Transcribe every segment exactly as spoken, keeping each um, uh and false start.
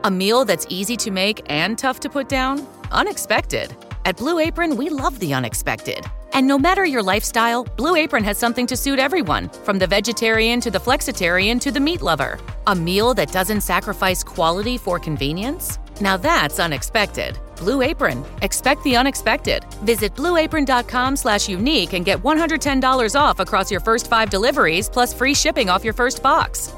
A meal that's easy to make and tough to put down? Unexpected. At Blue Apron, we love the unexpected. And no matter your lifestyle, Blue Apron has something to suit everyone, from the vegetarian to the flexitarian to the meat lover. A meal that doesn't sacrifice quality for convenience? Now that's unexpected. Blue Apron. Expect the unexpected. Visit blueapron.com slash unique and get one hundred ten dollars off across your first five deliveries plus free shipping off your first box.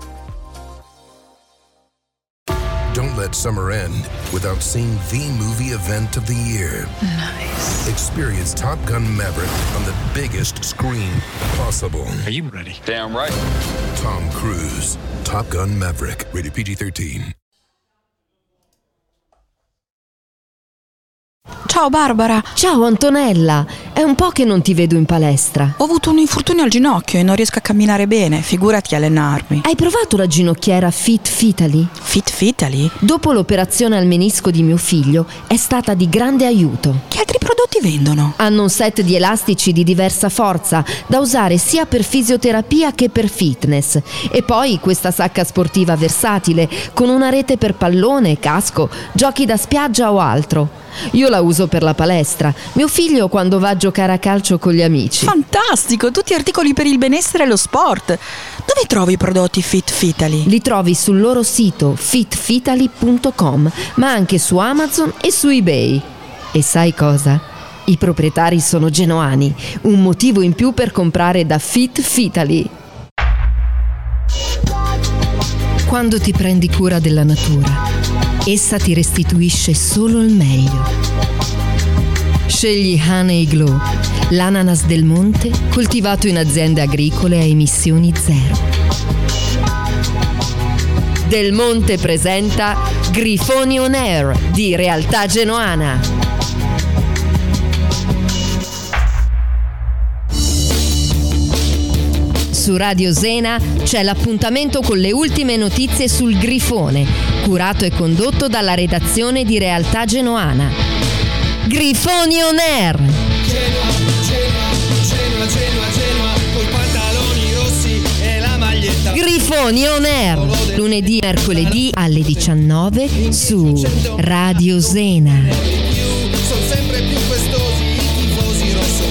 Don't let summer end without seeing the movie event of the year. Nice. Experience Top Gun Maverick on the biggest screen possible. Are you ready? Damn right. Tom Cruise. Top Gun Maverick. Rated P G thirteen. Ciao Barbara. Ciao Antonella, è un po' che non ti vedo in palestra. Ho avuto un infortunio al ginocchio e non riesco a camminare bene, figurati allenarmi. Hai provato la ginocchiera Fit Fitali? Fit Fitali? Dopo l'operazione al menisco di mio figlio è stata di grande aiuto. Che altri prodotti vendono? Hanno un set di elastici di diversa forza da usare sia per fisioterapia che per fitness. E poi questa sacca sportiva versatile con una rete per pallone, casco, giochi da spiaggia o altro. Io la uso per la palestra, mio figlio quando va a giocare a calcio con gli amici. Fantastico, tutti articoli per il benessere e lo sport. Dove trovi i prodotti Fit Fitali? Li trovi sul loro sito fit fitali punto com, ma anche su Amazon e su eBay. E sai cosa? I proprietari sono genoani, un motivo in più per comprare da Fit Fitali. Quando ti prendi cura della natura, essa ti restituisce solo il meglio. Scegli Honey Glow, l'ananas del monte coltivato in aziende agricole a emissioni zero. Del Monte presenta Grifoni On Air di Realtà Genoana. Su Radio Zena c'è l'appuntamento con le ultime notizie sul Grifone, curato e condotto dalla redazione di Realtà Genoana. Grifoni On Air! Genoa, Genoa, Genoa, Genoa, Genoa, coi pantaloni rossi e la maglietta. Grifoni On Air, lunedì e mercoledì alle diciannove su Radio Zena. Sono sempre più festosi i tifosi rosso.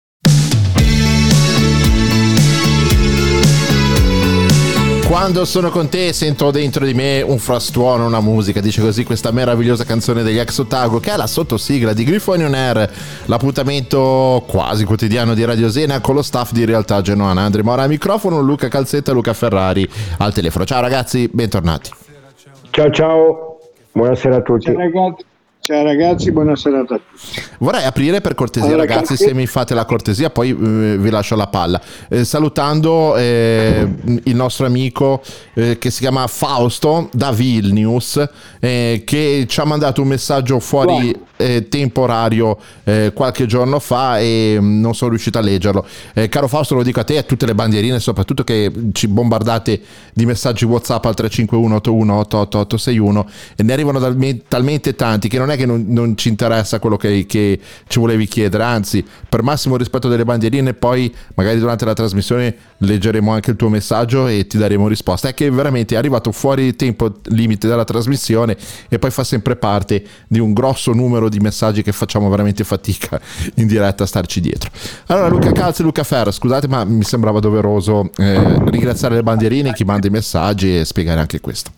Quando sono con te sento dentro di me un frastuono, una musica, dice così questa meravigliosa canzone degli Ex Otago, che è la sottosigla di Grifoni On Air, l'appuntamento quasi quotidiano di Radio Zena con lo staff di Realtà Genoana. Andrea Mora al microfono, Luca Calzetta e Luca Ferrari al telefono. Ciao ragazzi, bentornati. Ciao ciao, buonasera a tutti. Ciao ragazzi. Ciao ragazzi, buona serata a tutti. Vorrei aprire per cortesia, allora, ragazzi, se mi fate la cortesia, poi eh, vi lascio la palla. Eh, salutando eh, il nostro amico eh, che si chiama Fausto da Vilnius, eh, che ci ha mandato un messaggio fuori eh, temporario eh, qualche giorno fa e non sono riuscito a leggerlo. Eh, caro Fausto, lo dico a te e a tutte le bandierine, soprattutto che ci bombardate di messaggi WhatsApp al tre cinque uno otto uno otto otto otto sei uno e ne arrivano talmente, talmente tanti che non è che non, non ci interessa quello che, che ci volevi chiedere, anzi, per massimo rispetto delle bandierine, poi magari durante la trasmissione leggeremo anche il tuo messaggio e ti daremo risposta. È che veramente è arrivato fuori il tempo limite della trasmissione e poi fa sempre parte di un grosso numero di messaggi che facciamo veramente fatica in diretta a starci dietro. Allora, Luca Calzi e Luca Ferra, scusate, ma mi sembrava doveroso eh, ringraziare le bandierine, chi manda i messaggi e spiegare anche questo.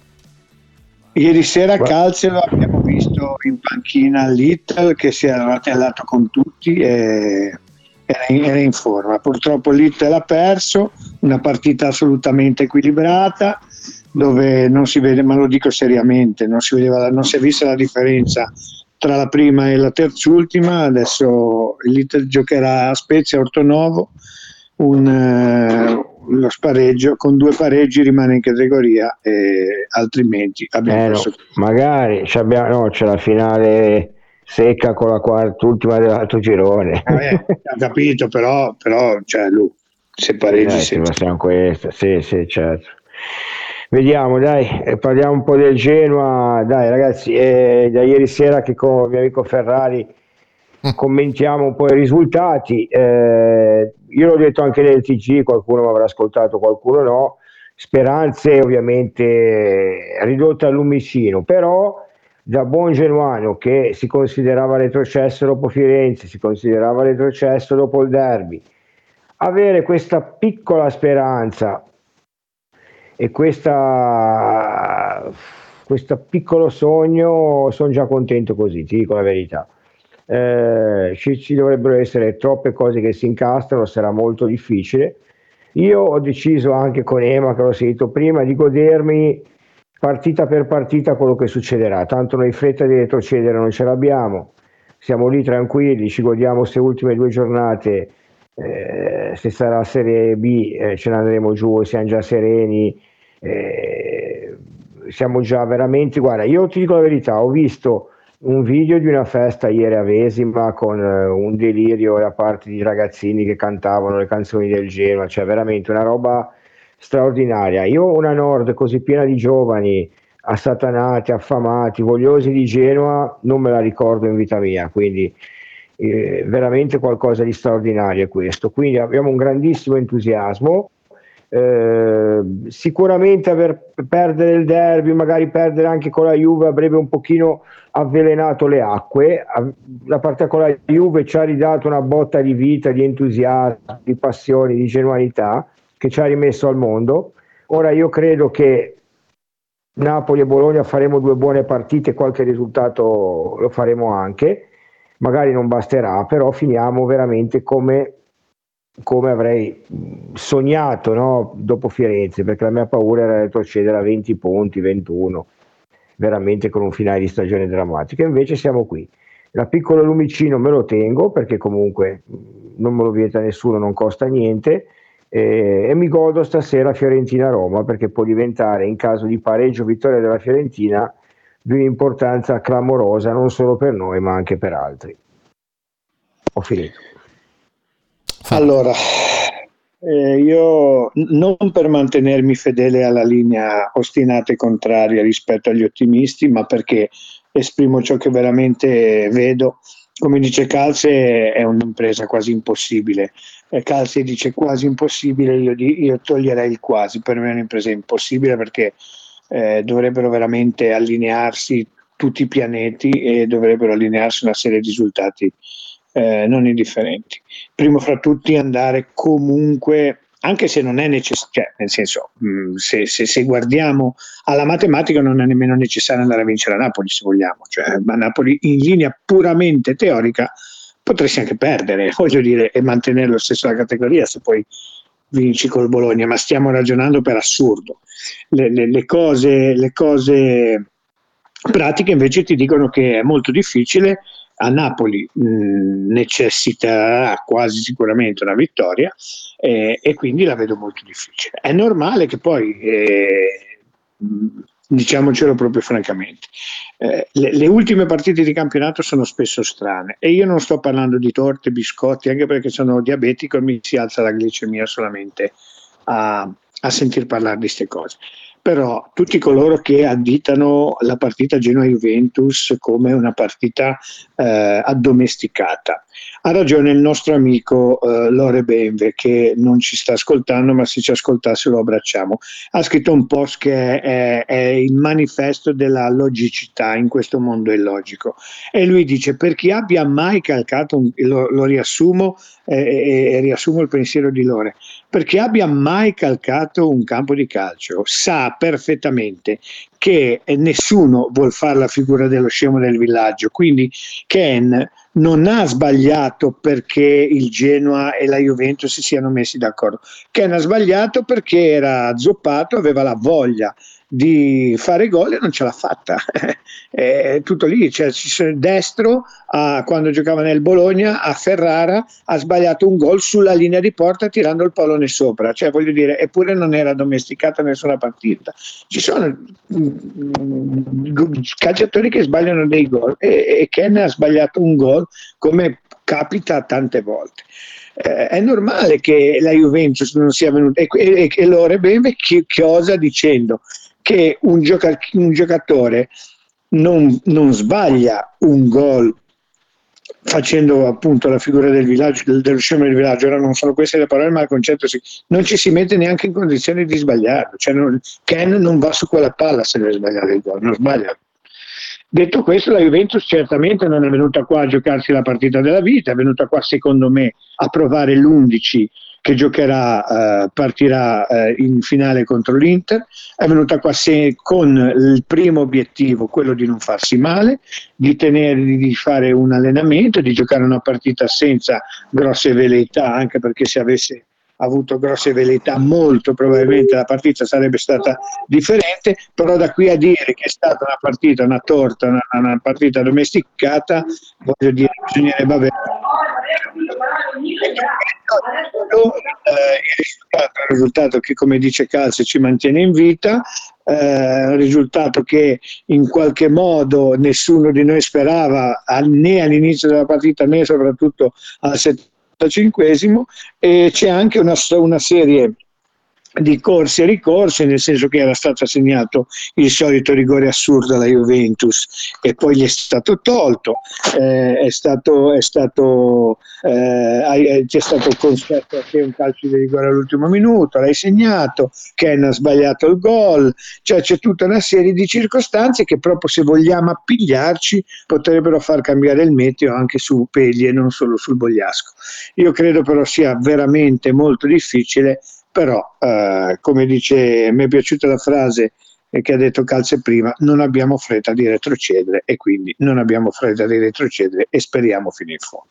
Ieri sera Calcio lo abbiamo visto in panchina all'Ital, che si era ratellato con tutti e era in, era in forma. Purtroppo l'Ital ha perso, una partita assolutamente equilibrata, dove non si vede, ma lo dico seriamente, non si vedeva, non si è vista la differenza tra la prima e la terzultima. Adesso l'Ital giocherà a Spezia Ortonovo, un uh, lo spareggio, con due pareggi rimane in categoria e altrimenti abbiamo eh perso. No, magari c'abbiamo, no, c'è la finale secca con la quart'ultima dell'altro girone. Eh, ho capito, però, però cioè, lui, se pareggi eh, sempre. Siamo questa, sì, sì, certo. Vediamo, dai, eh, parliamo un po' del Genoa. Dai ragazzi, eh, da ieri sera che con il mio amico Ferrari commentiamo un po' i risultati. Eh, io l'ho detto anche nel T G, qualcuno mi avrà ascoltato, qualcuno no. speranze ovviamente ridotte al lumicino, però da buon genuano che si considerava retrocesso dopo Firenze, si considerava retrocesso dopo il derby, avere questa piccola speranza e questa, questo piccolo sogno, sono già contento così, ti dico la verità. Eh, ci, ci dovrebbero essere troppe cose che si incastrano, sarà molto difficile. Io ho deciso anche con Ema, che l'ho sentito prima, di godermi partita per partita quello che succederà, tanto noi fretta di retrocedere non ce l'abbiamo, siamo lì tranquilli, ci godiamo queste ultime due giornate, eh, se sarà Serie B eh, ce ne andremo giù, siamo già sereni, eh, siamo già veramente, guarda, io ti dico la verità, ho visto un video di una festa ieri a Vesima con eh, un delirio da parte di ragazzini che cantavano le canzoni del Genoa, cioè veramente una roba straordinaria. Io una Nord così piena di giovani assatanati, affamati, vogliosi di Genoa non me la ricordo in vita mia, quindi eh, veramente qualcosa di straordinario è questo. Quindi abbiamo un grandissimo entusiasmo. Eh, sicuramente aver perdere il derby, magari perdere anche con la Juve avrebbe un pochino avvelenato le acque. La partita con la Juve ci ha ridato una botta di vita, di entusiasmo, di passione, di genuinità che ci ha rimesso al mondo. Ora io credo che Napoli e Bologna faremo due buone partite, qualche risultato lo faremo anche, magari non basterà, però finiamo veramente come, come avrei sognato, no? Dopo Firenze, perché la mia paura era retrocedere a venti punti, ventuno, veramente con un finale di stagione drammatico. Invece siamo qui. La piccola Lumicino me lo tengo perché comunque non me lo vieta nessuno, non costa niente. E, e mi godo stasera Fiorentina-Roma, perché può diventare, in caso di pareggio vittoria della Fiorentina, di un'importanza clamorosa non solo per noi ma anche per altri. Ho finito. Allora, eh, io non per mantenermi fedele alla linea ostinata e contraria rispetto agli ottimisti, ma perché esprimo ciò che veramente vedo. Come dice Calze, è un'impresa quasi impossibile. E Calze dice quasi impossibile, io, io toglierei il quasi. Per me è un'impresa impossibile perché eh, dovrebbero veramente allinearsi tutti i pianeti e dovrebbero allinearsi una serie di risultati eh, non indifferenti. Primo fra tutti andare comunque, anche se non è necessario, cioè, nel senso, mh, se, se, se guardiamo alla matematica non è nemmeno necessario andare a vincere a Napoli, se vogliamo, cioè a Napoli in linea puramente teorica potresti anche perdere, voglio dire, e mantenere lo stesso la categoria se poi vinci col Bologna, ma stiamo ragionando per assurdo. Le, le, le cose, le cose pratiche invece ti dicono che è molto difficile. A Napoli mh, necessiterà quasi sicuramente una vittoria eh, e quindi la vedo molto difficile. È normale che poi, eh, diciamocelo proprio francamente, eh, le, le ultime partite di campionato sono spesso strane e io non sto parlando di torte, biscotti, anche perché sono diabetico e mi si alza la glicemia solamente a, a sentir parlare di queste cose. Però tutti coloro che additano la partita Genoa-Juventus come una partita eh, addomesticata, ha ragione il nostro amico eh, Lore Benve, che non ci sta ascoltando, ma se ci ascoltasse lo abbracciamo. Ha scritto un post che è, è il manifesto della logicità in questo mondo illogico, e lui dice: per chi abbia mai calcato un, lo, lo riassumo eh, e, e riassumo il pensiero di Lore, per chi abbia mai calcato un campo di calcio sa perfettamente che nessuno vuol fare la figura dello scemo del villaggio, quindi Ken non ha sbagliato perché il Genoa e la Juventus si siano messi d'accordo. Ken ha sbagliato perché era zoppato, aveva la voglia di fare gol e non ce l'ha fatta. È tutto lì, cioè, destro a, quando giocava nel Bologna a Ferrara ha sbagliato un gol sulla linea di porta tirando il pallone sopra, cioè voglio dire, eppure non era domesticata nessuna partita. Ci sono calciatori che sbagliano dei gol e, e Ken ha sbagliato un gol come capita tante volte. Eh, è normale che la Juventus non sia venuta, e, e, e Lore Benve chi, chiosa dicendo che un, gioca, un giocatore non, non sbaglia un gol facendo appunto la figura del villaggio, del, dello scemo del villaggio. Ora non sono queste le parole, ma il concetto si, non ci si mette neanche in condizione di sbagliarlo, cioè non, Ken non va su quella palla se deve sbagliare il gol, non sbaglia. Detto questo, la Juventus certamente non è venuta qua a giocarsi la partita della vita, è venuta qua secondo me a provare l'undici che giocherà, eh, partirà eh, in finale contro l'Inter, è venuta qua se, con il primo obiettivo, quello di non farsi male, di tenere, di fare un allenamento, di giocare una partita senza grosse velleità, anche perché se avesse avuto grosse velleità molto probabilmente la partita sarebbe stata differente, però da qui a dire che è stata una partita, una torta, una, una partita domesticata, voglio dire, bisognerebbe avere il risultato, il risultato che, come dice Calze, ci mantiene in vita, eh, un risultato che in qualche modo nessuno di noi sperava né all'inizio della partita né soprattutto al settantacinquesimo, e c'è anche una, una serie di corsi e ricorsi, nel senso che era stato assegnato il solito rigore assurdo alla Juventus e poi gli è stato tolto, eh, è stato, è stato eh, c'è stato concesso a te un calcio di rigore all'ultimo minuto, l'hai segnato, Ken ha sbagliato il gol, cioè c'è tutta una serie di circostanze che proprio, se vogliamo appigliarci, potrebbero far cambiare il meteo anche su Pegli e non solo sul Bogliasco. Io credo però sia veramente molto difficile. Però, eh, come dice, mi è piaciuta la frase che ha detto Calze prima, non abbiamo fretta di retrocedere, e quindi non abbiamo fretta di retrocedere e speriamo fino in fondo,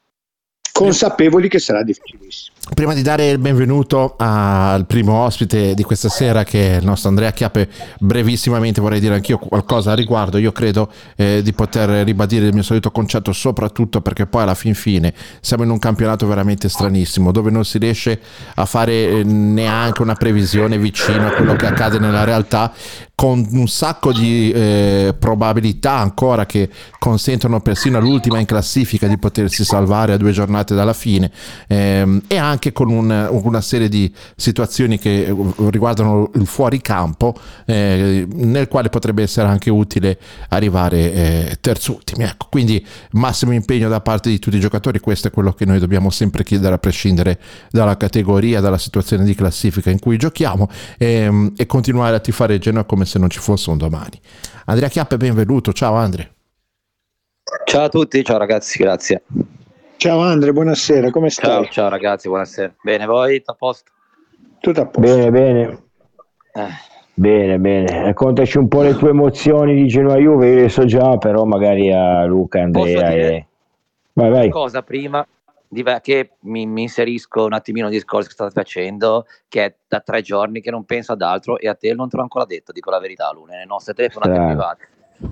consapevoli che sarà difficilissimo. Prima di dare il benvenuto al primo ospite di questa sera, che è il nostro Andrea Chiappe, brevissimamente vorrei dire anch'io qualcosa a riguardo. Io credo eh, di poter ribadire il mio solito concetto, soprattutto perché poi alla fin fine siamo in un campionato veramente stranissimo, dove non si riesce a fare eh, neanche una previsione vicino a quello che accade nella realtà, con un sacco di eh, probabilità ancora che consentono persino all'ultima in classifica di potersi salvare a due giornate dalla fine, ehm, e anche con un, una serie di situazioni che riguardano il fuoricampo, eh, nel quale potrebbe essere anche utile arrivare eh, terzultimi. Ecco, quindi massimo impegno da parte di tutti i giocatori. Questo è quello che noi dobbiamo sempre chiedere, a prescindere dalla categoria, dalla situazione di classifica in cui giochiamo, ehm, e continuare a tifare Genoa come se non ci fosse un domani. Andrea Chiappe, benvenuto. Ciao Andre. Ciao a tutti, ciao ragazzi, grazie. Ciao Andre, buonasera, come stai? Ciao, ciao ragazzi, buonasera. Bene, voi? Tutto a posto? Tutto a posto. Bene, bene. Eh. Bene, bene. Raccontaci un po' le tue emozioni di Genoa Juve, io le so già, però magari a Luca, Andrea e... Vai, vai. Cosa prima che mi, mi inserisco un attimino nel discorso che state facendo, che è da tre giorni che non penso ad altro, e a te non te l'ho ancora detto, dico la verità, Luna, nelle nostre telefonate private.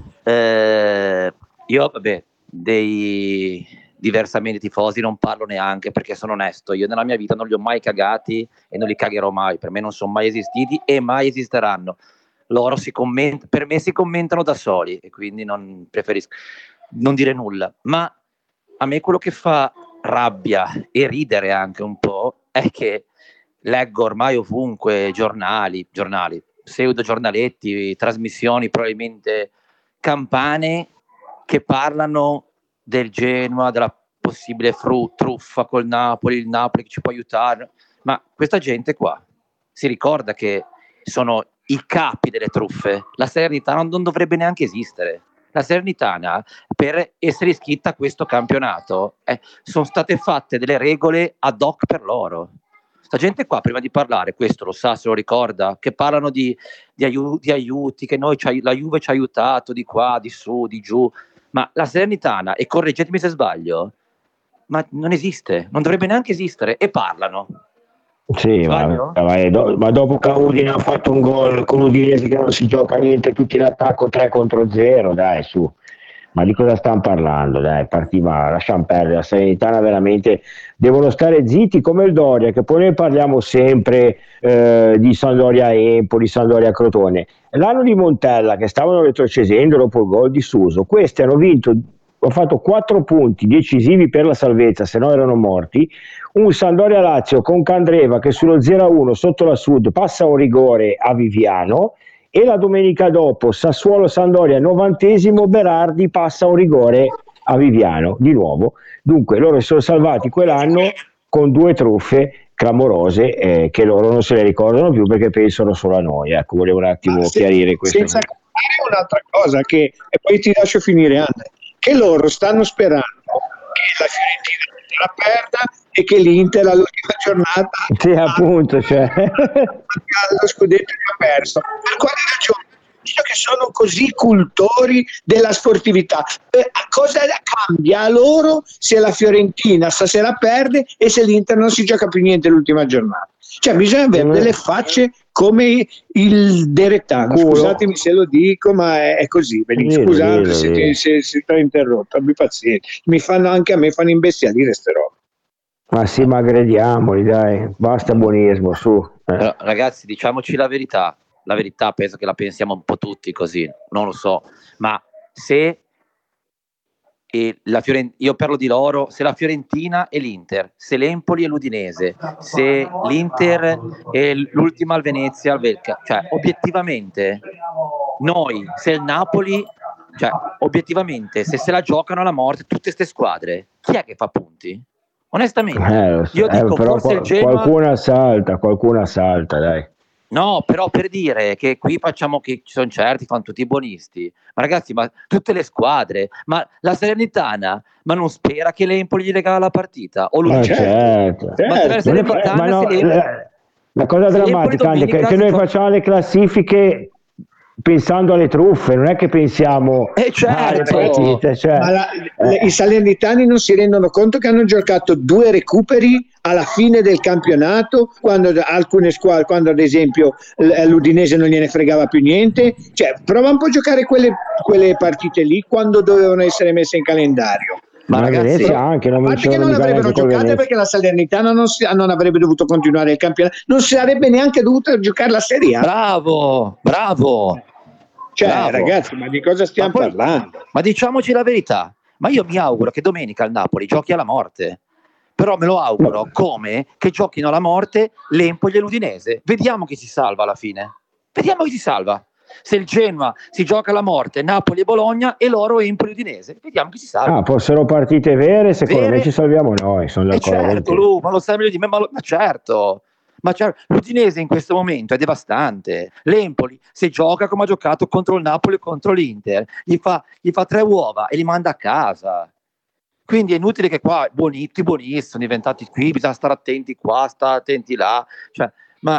Eh, io, vabbè, dei diversamente tifosi non parlo neanche, perché sono onesto, io nella mia vita non li ho mai cagati e non li cagherò mai, per me non sono mai esistiti e mai esisteranno. Loro si commenta, per me si commentano da soli, e quindi non preferisco non dire nulla. Ma a me quello che fa rabbia e ridere anche un po' è che leggo ormai ovunque giornali, giornali, pseudo giornaletti, trasmissioni, probabilmente campane, che parlano del Genoa, della possibile fru- truffa col Napoli, il Napoli che ci può aiutare, ma questa gente qua si ricorda che sono i capi delle truffe. La Salernitana non dovrebbe neanche esistere. La Salernitana, per essere iscritta a questo campionato, eh, sono state fatte delle regole ad hoc per loro. Sta gente qua, prima di parlare, questo lo sa, se lo ricorda, che parlano di, di, aiu- di aiuti, che noi ci, la Juve ci ha aiutato di qua, di su, di giù, ma la Salernitana, e correggetemi se sbaglio, ma non esiste, non dovrebbe neanche esistere, e parlano. Sì, ma, ma, do, ma dopo che Udine ha fatto un gol con Udinese che non si gioca niente, tutti in attacco tre contro zero, dai, su, ma di cosa stanno parlando? Dai, partiva, lasciamo perdere. La Salernitana veramente devono stare zitti come il Doria, che poi noi parliamo sempre eh, di Sampdoria Empoli, Sampdoria Crotone. L'anno di Montella, che stavano retrocedendo dopo il gol di Suso, questi hanno vinto, hanno fatto quattro punti decisivi per la salvezza, se no erano morti. Un Sampdoria Lazio con Candreva che sullo zero a uno sotto la Sud passa un rigore a Viviano, e la domenica dopo Sassuolo Sampdoria novantesimo, Berardi passa un rigore a Viviano di nuovo. Dunque loro si sono salvati quell'anno con due truffe clamorose eh, che loro non se le ricordano più perché pensano solo a noi. Ecco, volevo un attimo Ma chiarire se, questo. Senza contare un'altra cosa che, e poi ti lascio finire, Andre, che loro stanno sperando che la Fiorentina la perda e che l'Inter all'ultima giornata sì, appunto, cioè. lo scudetto che ha perso. Per quale ragione? Visto che sono così cultori della sportività, eh, cosa cambia a loro se la Fiorentina stasera perde e se l'Inter non si gioca più niente l'ultima giornata? Cioè bisogna avere delle facce come il Deretano, Culo. Scusatemi se lo dico, ma è, è così. Dillo, Scusate dillo, se, dillo. ti- se, se ti ho interrotto, abbi pazienza. Mi fanno anche a me fanno imbestialire ste robe. Ma sì, ma aggrediamoli, dai, basta buonismo, su. Eh. Però, ragazzi, diciamoci la verità. La verità penso che la pensiamo un po' tutti così, non lo so. Ma se e la Fiorentina, io parlo di loro, se la Fiorentina e l'Inter, se l'Empoli e l'Udinese, se l'Inter e l'ultima al Venezia, al Velca, cioè obiettivamente noi, se il Napoli, cioè obiettivamente se se la giocano alla morte tutte ste squadre, chi è che fa punti? Onestamente, Eh, lo so. io dico Eh, però forse qual- il Genoa. qualcuno salta, qualcuno salta, dai. No, però per dire che qui facciamo che ci sono certi, fanno tutti i buonisti, ma ragazzi, ma tutte le squadre, ma la Salernitana, ma non spera che l'Empoli gli regala la partita? O Ma l'Udinese? certo. Ma se la Non è fa- Salernitana, ma no, se l'Empoli- la, la cosa se l'Empoli drammatica Andy, è che, domenica che si noi fa- facciamo le classifiche pensando alle truffe, non è che pensiamo Eh, certo. alle partite, cioè, Ma la- eh. le- i salernitani non si rendono conto che hanno giocato due recuperi alla fine del campionato, quando alcune squadre, quando ad esempio l- l'Udinese non gliene fregava più niente. Cioè, prova un po' a giocare quelle, quelle partite lì quando dovevano essere messe in calendario. Ma Ma ragazzi, Venezia anche non A parte che vincevano non mica avrebbero neanche col giocate Venezia. perché la Salernitana non, si- non avrebbe dovuto continuare il campionato, non sarebbe neanche dovuta giocare la Serie A. bravo, bravo. Cioè, bravo. ragazzi, ma di cosa stiamo Ma poi- parlando? Ma diciamoci la verità, ma io mi auguro che domenica il Napoli giochi alla morte, però me lo auguro come che giochino alla morte l'Empoli e l'Udinese. Vediamo chi si salva alla fine. Vediamo chi si salva. Se il Genoa si gioca alla morte, Napoli e Bologna, e loro Empoli e Udinese. Vediamo chi si salva. Ah, fossero partite vere, secondo Vere? me ci salviamo noi, sono E d'accordo con certo, te. Lu, ma lo sai meglio di me, ma, lo- ma certo. Ma certo, l'Udinese in questo momento è devastante. L'Empoli, se gioca come ha giocato contro il Napoli e contro l'Inter, gli fa, gli fa tre uova e li manda a casa. Quindi è inutile che qua buonisti, buonisti sono diventati qui, bisogna stare attenti qua, stare attenti là. Cioè, ma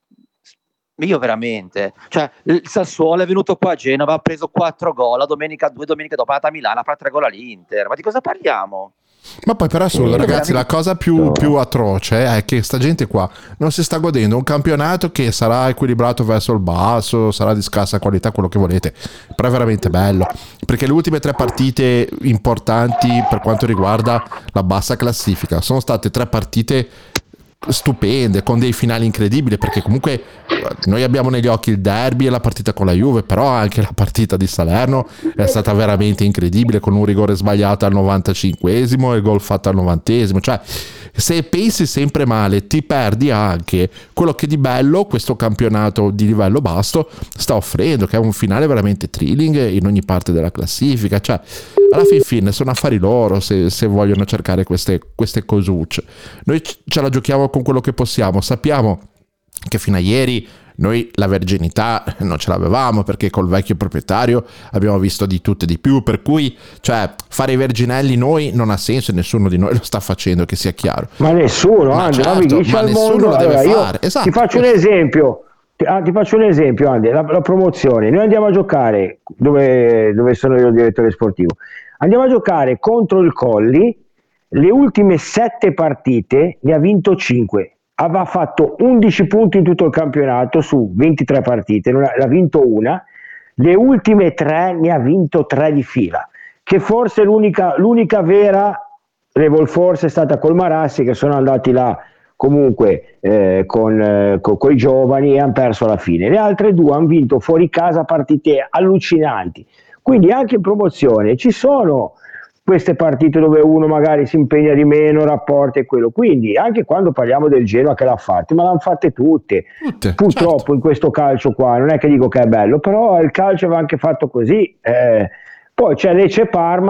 io veramente, cioè, il Sassuolo è venuto qua a Genova, ha preso quattro gol, la domenica due domeniche dopo è andata a Milano, ha fatto tre gol all'Inter. Ma di cosa parliamo? Ma poi per assurdo, Sì, ragazzi, la veramente- cosa più, più atroce è che sta gente qua non si sta godendo un campionato che sarà equilibrato verso il basso, sarà di scarsa qualità, quello che volete, però è veramente bello, perché le ultime tre partite importanti per quanto riguarda la bassa classifica sono state tre partite stupende, con dei finali incredibili, perché comunque noi abbiamo negli occhi il derby e la partita con la Juve, però anche la partita di Salerno è stata veramente incredibile, con un rigore sbagliato al novantacinquesimo e il gol fatto al novantesimo. Cioè, se pensi sempre male ti perdi anche quello che di bello questo campionato di livello basso sta offrendo, che è un finale veramente thrilling in ogni parte della classifica. Cioè, alla fin fine sono affari loro se, se vogliono cercare queste, queste cosucce. Noi c- ce la giochiamo con quello che possiamo, sappiamo che fino a ieri noi la verginità non ce l'avevamo, perché col vecchio proprietario abbiamo visto di tutto e di più, per cui cioè fare i verginelli noi non ha senso e nessuno di noi lo sta facendo, che sia chiaro. Ma nessuno, Ma Andy, certo, ma mi dici ma al nessuno mondo, lo deve allora, io fare, esatto. ti faccio un esempio. Ti, ah, ti faccio un esempio, Andy, la, la promozione. Noi andiamo a giocare dove, dove sono io il direttore sportivo. Andiamo a giocare contro il Colli. Le ultime sette partite ne ha vinto cinque. Aveva fatto undici punti in tutto il campionato su ventitré partite, non ha, ha vinto una. Le ultime tre ne ha vinto tre di fila, che forse l'unica, l'unica vera revolforza è stata col Marassi, che sono andati là comunque eh, con, eh, con, con i giovani e hanno perso alla fine. Le altre due hanno vinto fuori casa partite allucinanti. Quindi anche in promozione ci sono queste partite dove uno magari si impegna di meno, rapporti e quello. Quindi anche quando parliamo del Genoa che l'ha fatte, ma l'hanno fatte tutte. Tutte, Purtroppo certo. in questo calcio qua, non è che dico che è bello, però il calcio aveva anche fatto così. Eh, poi c'è Lecce Parma,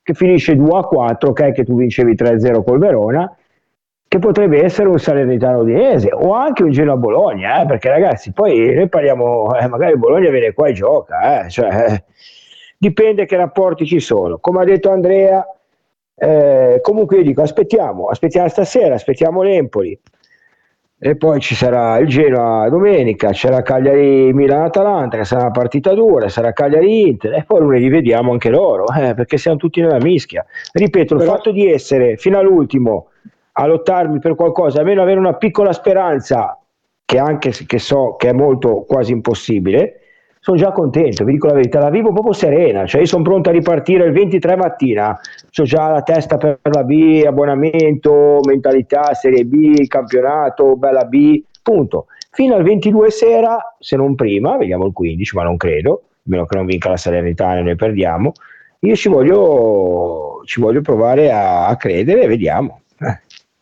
che finisce due a quattro, ok, che tu vincevi tre a zero col Verona, che potrebbe essere un Salernitano Udinese o anche un Genoa Bologna, eh, perché ragazzi poi noi parliamo, eh, magari Bologna viene qua e gioca, eh, cioè, eh, dipende che rapporti ci sono, come ha detto Andrea. Eh, comunque io dico aspettiamo, aspettiamo stasera, aspettiamo l'Empoli e poi ci sarà il Genoa domenica, c'era Cagliari Milan-Atalanta che sarà una partita dura, sarà Cagliari-Inter e poi lunedì vediamo anche loro, eh, perché siamo tutti nella mischia. Ripeto, il Però... fatto di essere fino all'ultimo a lottarmi per qualcosa, almeno avere una piccola speranza, che anche che so che è molto quasi impossibile, sono già contento, vi dico la verità, la vivo proprio serena, cioè io sono pronto a ripartire il ventitré mattina, ho già la testa per la B, abbonamento, mentalità, Serie B, campionato, bella B, punto. Fino al ventidue sera, se non prima, vediamo il quindici, ma non credo, a meno che non vinca la Salernitana e noi perdiamo, io ci voglio, ci voglio provare a, a credere e vediamo. Eh.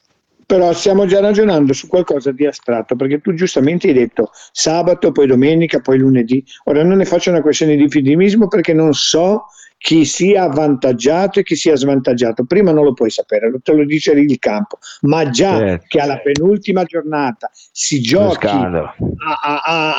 Però stiamo già ragionando su qualcosa di astratto, perché tu giustamente hai detto sabato, poi domenica, poi lunedì. Ora non ne faccio una questione di fideismo perché non so chi sia avvantaggiato e chi sia svantaggiato. Prima non lo puoi sapere, te lo dice il campo, ma già certo. Che alla penultima giornata si giochi a, a, a,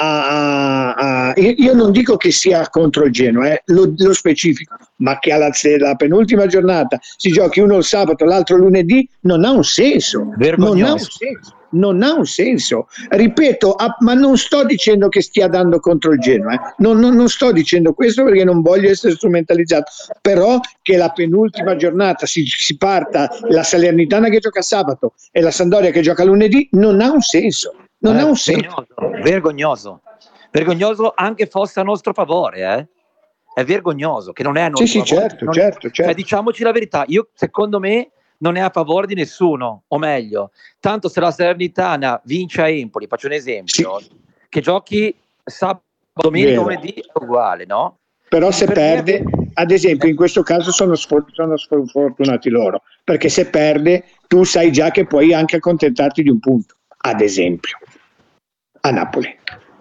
a, a, io non dico che sia contro il Genoa, eh, lo, lo specifico, ma che alla, alla penultima giornata si giochi uno il sabato, l'altro lunedì, non ha un senso. Vergognoso. Non ha un senso. Non ha un senso, ripeto, ah, ma non sto dicendo che stia dando contro il Genoa, eh. non, non, non sto dicendo questo perché non voglio essere strumentalizzato, però che la penultima giornata si, si parta la Salernitana che gioca sabato e la Sampdoria che gioca lunedì non ha un senso, non eh, ha un senso. Vergognoso, vergognoso, vergognoso anche fosse a nostro favore, eh. È vergognoso che non è a nostro sì, favore. Sì, certo, non, certo, certo. Cioè, diciamoci la verità, io secondo me non è a favore di nessuno, o meglio, tanto se la Salernitana vince a Empoli, faccio un esempio, sì. Che giochi sabato, domenica, lunedì è uguale, no? Però se per perde, me... ad esempio in questo caso sono, sfor- sono sfortunati loro, perché se perde tu sai già che puoi anche accontentarti di un punto, ad esempio, a Napoli.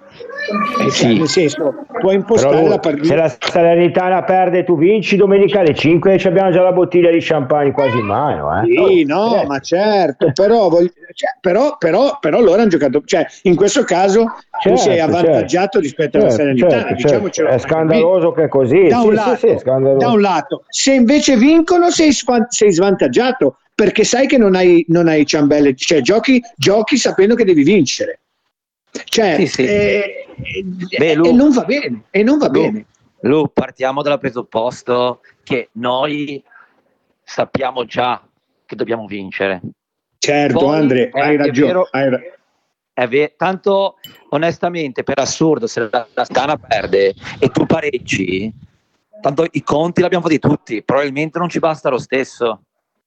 Eh, sì. Nel senso, puoi impostare lui, la partita. Se la Salernitana perde, tu vinci domenica alle cinque e abbiamo già la bottiglia di champagne quasi in mano. Eh? Sì, no, eh. ma certo, però, voglio, cioè, però, però, però loro hanno giocato, cioè, in questo caso certo, tu sei avvantaggiato certo, rispetto alla certo, Salernitana. Certo, certo. È scandaloso che è così. Da, sì, un lato, sì, sì, da un lato, se invece vincono, sei, sei svantaggiato perché sai che non hai, non hai ciambelle, cioè giochi, giochi sapendo che devi vincere. Cioè, sì, sì. Eh, Beh, Lu, e non va bene, e non va Lu, bene. Lu, partiamo dal presupposto che noi sappiamo già che dobbiamo vincere. Certo, poi, Andre, hai ragione. Vero, hai ra- è ver- tanto onestamente, per assurdo, se la, la Stana perde e tu pareggi, tanto i conti l'abbiamo fatti tutti, probabilmente non ci basta lo stesso.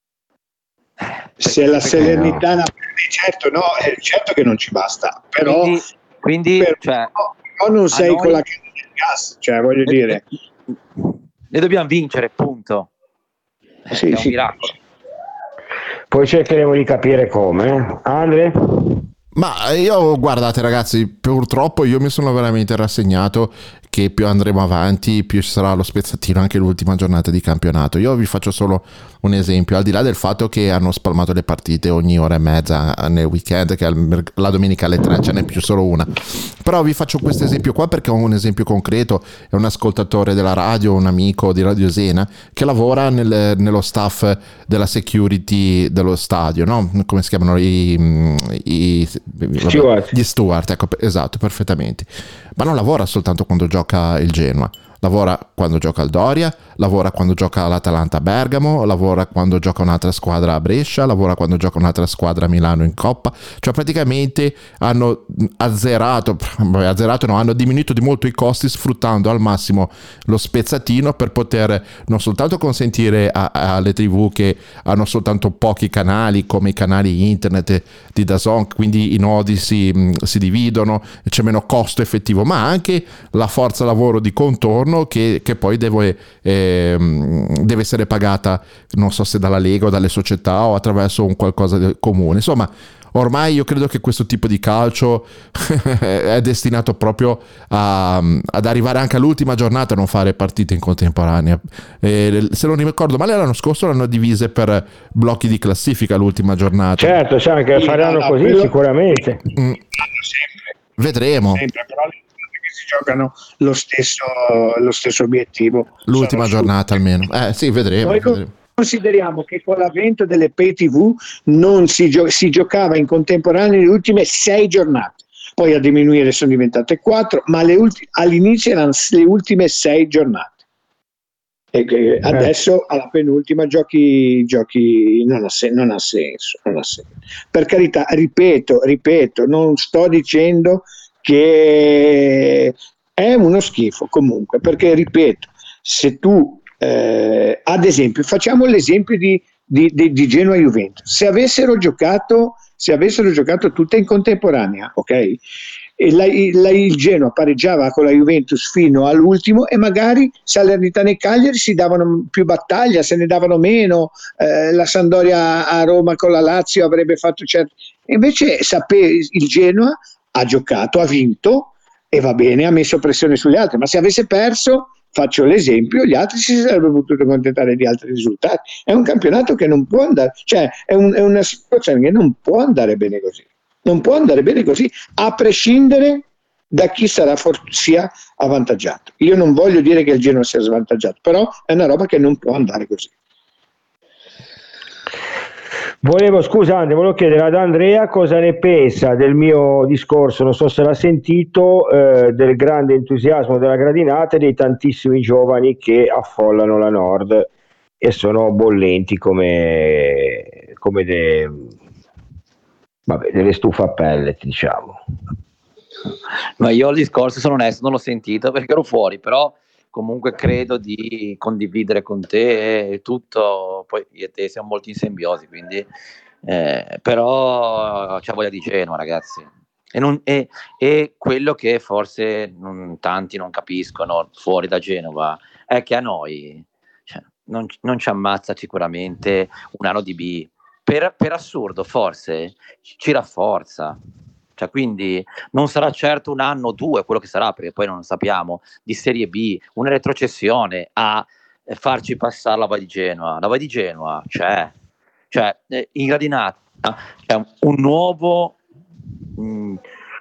Se la Salernitana no. certo no, è certo che non ci basta, però quindi, quindi però, cioè, no, non sei noi, con la canna del gas, cioè voglio ne, dire ne dobbiamo vincere, punto. Sì, è sì. un miracolo. Poi cercheremo di capire come. Andre? Ma io, guardate ragazzi, purtroppo io mi sono veramente rassegnato che più andremo avanti, più ci sarà lo spezzatino anche l'ultima giornata di campionato. Io vi faccio solo un esempio, al di là del fatto che hanno spalmato le partite ogni ora e mezza nel weekend, che la domenica alle tre ce n'è più solo una. Però vi faccio questo esempio qua perché ho un esempio concreto, è un ascoltatore della radio, un amico di Radio Sena, che lavora nel, nello staff della security dello stadio, no? Come si chiamano i... i Stewart. Gli Stewart, ecco, esatto, perfettamente. Ma non lavora soltanto quando gioca il Genoa, lavora quando gioca il Doria, lavora quando gioca l'Atalanta a Bergamo, lavora quando gioca un'altra squadra a Brescia, lavora quando gioca un'altra squadra a Milano in Coppa, cioè praticamente hanno azzerato, azzerato no, hanno diminuito di molto i costi sfruttando al massimo lo spezzatino per poter non soltanto consentire a, alle tivù che hanno soltanto pochi canali come i canali internet di DAZN, quindi i nodi si, si dividono, c'è meno costo effettivo, ma anche la forza lavoro di contorno che, che poi deve, eh, deve essere pagata, non so se dalla Lega o dalle società o attraverso un qualcosa di comune. Insomma, ormai io credo che questo tipo di calcio è destinato proprio a, ad arrivare anche all'ultima giornata a non fare partite in contemporanea. E, se non ricordo male, l'anno scorso l'hanno divise per blocchi di classifica l'ultima giornata. Certo, sai che faranno no, così quello... sicuramente. Mm. Sempre. Vedremo. Sempre, però che si giocano lo stesso, lo stesso obiettivo. L'ultima giornata su... almeno. Eh sì, vedremo. Noi vedremo. Consideriamo che con l'avvento delle pay tivù non si, gio- si giocava in contemporanea le ultime sei giornate. Poi a diminuire sono diventate quattro, ma le ulti- all'inizio erano le ultime sei giornate. E che adesso alla penultima giochi, giochi non, ha sen- non ha senso, non ha senso. Per carità, ripeto, ripeto, non sto dicendo che è uno schifo comunque, perché ripeto, se tu eh, ad esempio, facciamo l'esempio di, di, di, di Genoa Juventus, se avessero giocato se avessero giocato tutte in contemporanea, ok? E la, la, il Genoa pareggiava con la Juventus fino all'ultimo e magari Salernitana e Cagliari si davano più battaglia, se ne davano meno, eh, la Sampdoria a Roma con la Lazio avrebbe fatto certo. Invece sape, il Genoa ha giocato, ha vinto e va bene, ha messo pressione sugli altri, ma se avesse perso, faccio l'esempio, gli altri si sarebbero potuti accontentare di altri risultati. È un campionato che non può andare, cioè è, un, è una situazione che non può andare bene così. Non può andare bene così, a prescindere da chi sarà for- sia avvantaggiato. Io non voglio dire che il Genoa sia svantaggiato, però è una roba che non può andare così. Volevo, scusa Andre, volevo chiedere ad Andrea cosa ne pensa del mio discorso, non so se l'ha sentito, eh, del grande entusiasmo della gradinata e dei tantissimi giovani che affollano la Nord e sono bollenti come, come de, vabbè, delle stufe a pellet, diciamo. Ma io il discorso, sono onesto, non l'ho sentito perché ero fuori, però comunque credo di condividere con te e tutto, poi io e te siamo molto in simbiosi, quindi eh, però c'è voglia di Genoa, ragazzi, e, non, e, e quello che forse non, tanti non capiscono fuori da Genova è che a noi cioè, non, non ci ammazza sicuramente un anno di B, per, per assurdo forse ci rafforza. Cioè, quindi non sarà certo un anno o due quello che sarà, perché poi non sappiamo, di Serie B, una retrocessione a farci passare la Val di Genoa. La Val di Genoa c'è, cioè in gradinata c'è un, un nuovo mh, mh,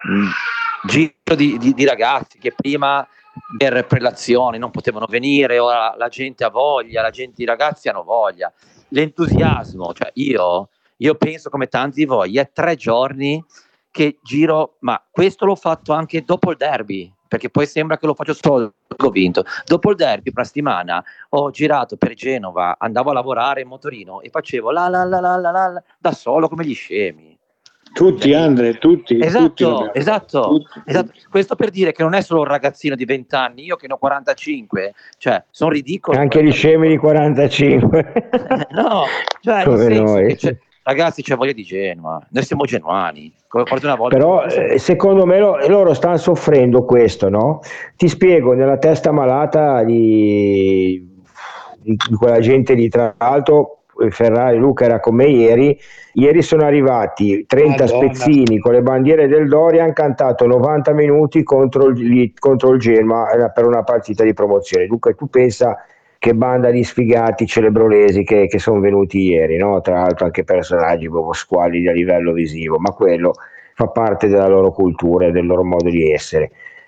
giro di, di, di ragazzi che prima per prelazioni non potevano venire, ora la gente ha voglia, la gente, i ragazzi hanno voglia, l'entusiasmo, cioè io, io penso come tanti di voi, è tre giorni che giro, ma questo l'ho fatto anche dopo il derby, perché poi sembra che lo faccio solo che ho vinto. Dopo il derby, una settimana, ho girato per Genova, andavo a lavorare in motorino e facevo la la la la la la da solo come gli scemi. Tutti, cioè, Andre, tutti. Esatto, tutti esatto, tutti, esatto. Tutti. Questo per dire che non è solo un ragazzino di venti anni, io che ne ho quarantacinque, cioè sono ridicolo. Anche gli scemi di quarantacinque. No, cioè come nel senso noi. che c'è, ragazzi, c'è voglia di Genoa, noi siamo genuani, come una volta. Però eh, secondo me lo, loro stanno soffrendo questo, no? Ti spiego, nella testa malata di, di, di quella gente lì, tra l'altro Ferrari, Luca era con me ieri, ieri sono arrivati trenta Madonna. spezzini con le bandiere del Doria, hanno cantato novanta minuti contro il, contro il Genoa per una partita di promozione. Luca, tu pensa che banda di sfigati celebrolesi che, che sono venuti ieri, no? Tra l'altro anche personaggi proprio squalidi a livello visivo, ma quello fa parte della loro cultura e del loro modo di essere.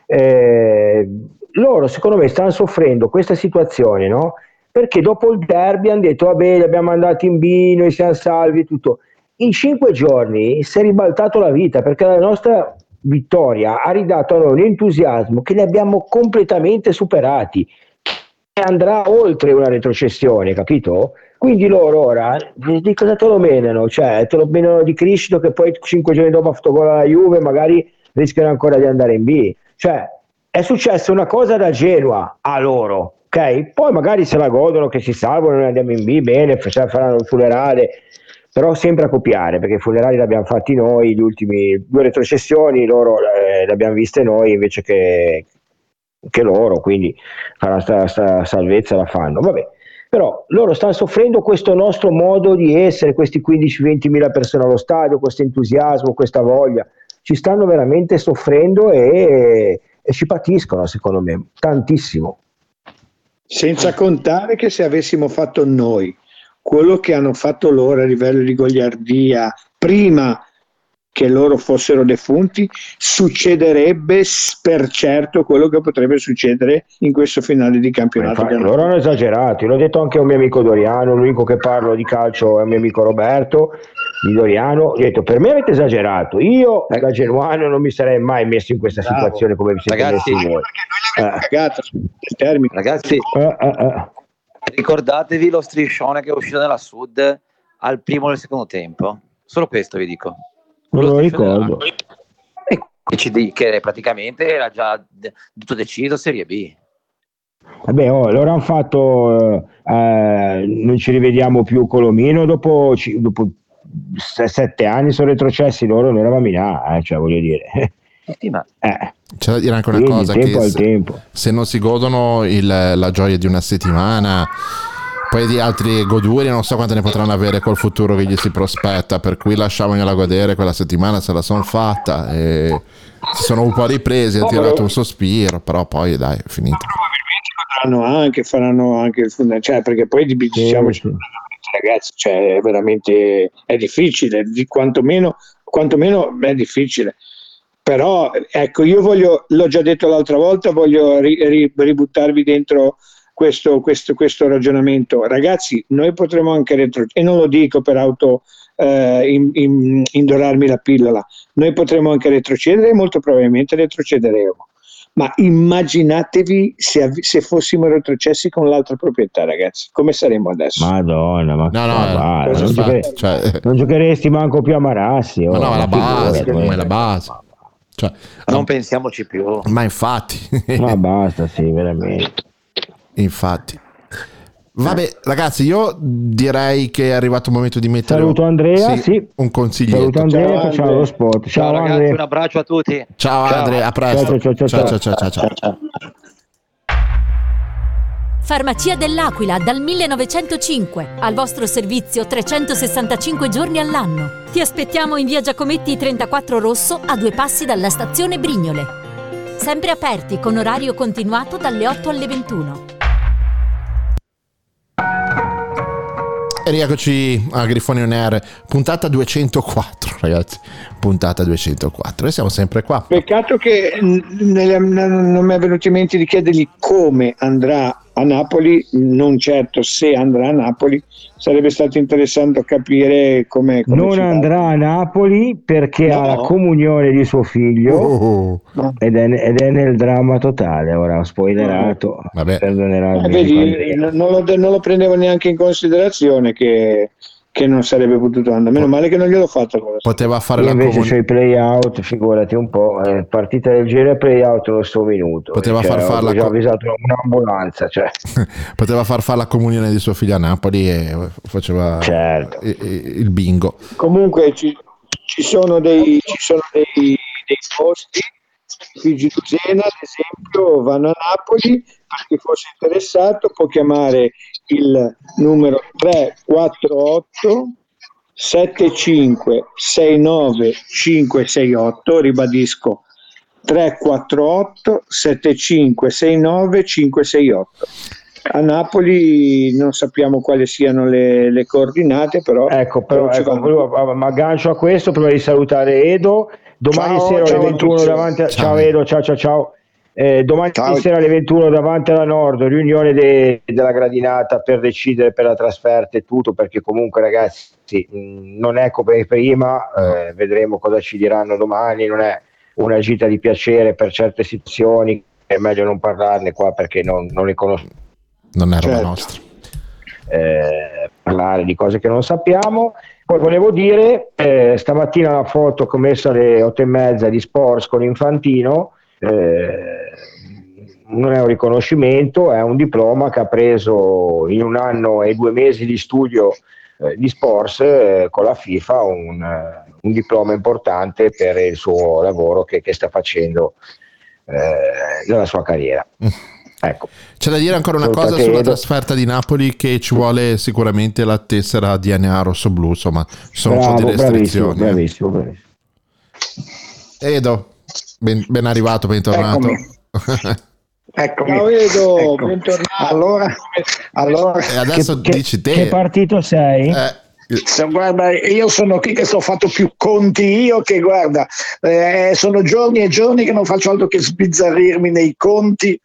Eh, loro secondo me stanno soffrendo questa situazione, no? Perché dopo il derby hanno detto vabbè, li abbiamo mandati in B, noi siamo salvi, tutto. In cinque giorni si è ribaltato la vita, perché la nostra vittoria ha ridato a noi un entusiasmo che li abbiamo completamente superati, andrà oltre una retrocessione, capito? Quindi loro ora di cosa te lo menano? Cioè te lo menano di Criscito che poi cinque giorni dopo ha fatto gol alla Juve, magari rischiano ancora di andare in B. Cioè è successa una cosa da Genoa a loro, ok? Poi magari se la godono che si salvano, noi andiamo in B, bene, faranno il funerale, però sempre a copiare, perché i funerali li abbiamo fatti noi, gli ultimi due retrocessioni loro eh, le abbiamo viste noi invece che che loro, quindi la sta, sta salvezza la fanno. Vabbè, Però loro stanno soffrendo questo nostro modo di essere, questi quindici venti mila persone allo stadio, questo entusiasmo, questa voglia, ci stanno veramente soffrendo e, e ci patiscono, secondo me, tantissimo. Senza contare che se avessimo fatto noi quello che hanno fatto loro a livello di goliardia prima che loro fossero defunti, succederebbe per certo quello che potrebbe succedere in questo finale di campionato. Infatti, loro hanno esagerato, l'ho detto anche a un mio amico Doriano, l'unico che parlo di calcio è un mio amico Roberto di Doriano, ho detto per me avete esagerato, io da genuano non mi sarei mai messo in questa Bravo. situazione come vi siete Ragazzi, messi voi. Eh. Cagata, ragazzi, eh, eh, eh. ricordatevi lo striscione che è uscito dalla Sud al primo e al secondo tempo, solo questo vi dico. Non lo ricordo. E ci di che praticamente era già de- tutto deciso, Serie B. Vabbè, oh, loro hanno fatto eh, non ci rivediamo più Colomino dopo, ci, dopo s- sette anni sono retrocessi loro, noi eravamo in A, eh, cioè voglio dire. Sì, ma Eh, C'è da dire anche una quindi cosa, il tempo che al se, tempo. se non si godono il- la gioia di una settimana, poi di altri goduri non so quante ne potranno avere col futuro che gli si prospetta, per cui lasciamogliela godere quella settimana, se la son fatta e si sono un po' ripresi, ha tirato un sospiro, però poi dai, è finito. Faranno anche, faranno anche il fondamentale, cioè, perché poi di- diciamoci, sì. ragazzi, cioè, è veramente è difficile, di quantomeno, quantomeno è difficile. Però ecco, io voglio, l'ho già detto l'altra volta, voglio ri, ri, ributtarvi dentro questo, questo, questo ragionamento. Ragazzi, noi potremo anche retro, e non lo dico per auto eh, in, in, indorarmi la pillola, noi potremo anche retrocedere e molto probabilmente retrocederemo. Ma immaginatevi se, se fossimo retrocessi con l'altra proprietà, ragazzi, come saremmo adesso? Madonna, ma, No, no, ma eh, vai, non, infatti, giocare- cioè, non giocheresti manco più a Marassi. ma oh, no, è la base, figurati. ma è la base. Cioè, non pensiamoci più. ma infatti, Ma basta, sì, veramente. infatti. Vabbè, ragazzi, io direi che è arrivato il momento di mettere Saluto Andrea, sì. un consiglietto. Saluto Andrea, Ciao, facciamo Andre. lo spot. Ciao, Ciao ragazzi, Andre. un abbraccio a tutti. Ciao, Ciao. Andre, a presto. Ciao, ciao, ciao, ciao, ciao, ciao, ciao. ciao. Farmacia dell'Aquila dal millenovecentocinque, al vostro servizio trecentosessantacinque giorni all'anno. Ti aspettiamo in via Giacometti trentaquattro Rosso, a due passi dalla stazione Brignole. Sempre aperti con orario continuato dalle otto alle ventuno. E rieccoci a Grifoni On Air, puntata duecentoquattro, ragazzi, puntata duecentoquattro, e siamo sempre qua. Peccato che n- nelle- n- non mi è venuto in mente di chiedergli come andrà a Napoli, non certo se andrà a Napoli, sarebbe stato interessante capire come, come Non ci va. andrà a Napoli perché No. ha la comunione di suo figlio Oh, ed, è, ed è nel dramma totale. Ora ho spoilerato. Vabbè. Perdonerà il Eh, mio vedi, Andrea. non, non lo, non lo prendevo neanche in considerazione che, che non sarebbe potuto andare, meno male che non gliel'ho fatto cosa. poteva fare Io la invece comun- c'ho i play out, figurati un po', eh, partita del genere play out lo sto minuto. Poteva cioè, far far ho la già co- avvisato un'ambulanza, cioè. poteva far fare la comunione di suo figlio a Napoli e faceva Certo. i- i- il bingo. Comunque ci, ci sono dei ci sono dei, dei posti, Figi Duzena ad esempio vanno a Napoli, per chi fosse interessato può chiamare il numero tre quattro otto sette cinque sei nove cinque sei otto, ribadisco tre quattro otto sette cinque sei nove cinque sei otto. A Napoli non sappiamo quali siano le, le coordinate, però Ecco, però, ci ecco, vanno. volevo- ma aggancio a questo prima di salutare Edo. Domani Ciao, sera alle ciao a ventuno tutti. davanti a... Ciao. Ciao Edo, ciao ciao ciao. Eh, domani Ciao. sera alle ventuno davanti alla Nord, riunione de- della gradinata per decidere per la trasferta e tutto, perché comunque ragazzi mh, non è come prima, eh, vedremo cosa ci diranno domani, non è una gita di piacere per certe situazioni, è meglio non parlarne qua perché non, non le conosco. Non è roba Certo. nostra. Eh, parlare di cose che non sappiamo. Poi volevo dire, eh, stamattina la foto che ho messo alle otto e mezza di Sports con Infantino, eh, non è un riconoscimento, è un diploma che ha preso in un anno e due mesi di studio eh, di Sports eh, con la FIFA, un, eh, un diploma importante per il suo lavoro che, che sta facendo eh, nella sua carriera. Ecco. C'è da dire ancora una Ascolta cosa che sulla Edo- trasferta di Napoli, che ci vuole sicuramente la tessera D N A rosso-blu, insomma ci sono Bravo, un po' di bravissimo, restrizioni. bravissimo, bravissimo. Edo, ben, ben arrivato, bentornato. Eccomi. Ciao Edo, Ecco. bentornato. Allora, allora E adesso Che- dici te. Che partito sei? Eh, se- guarda, io sono qui che sto fatto più conti io che guarda, eh, sono giorni e giorni che non faccio altro che sbizzarrirmi nei conti.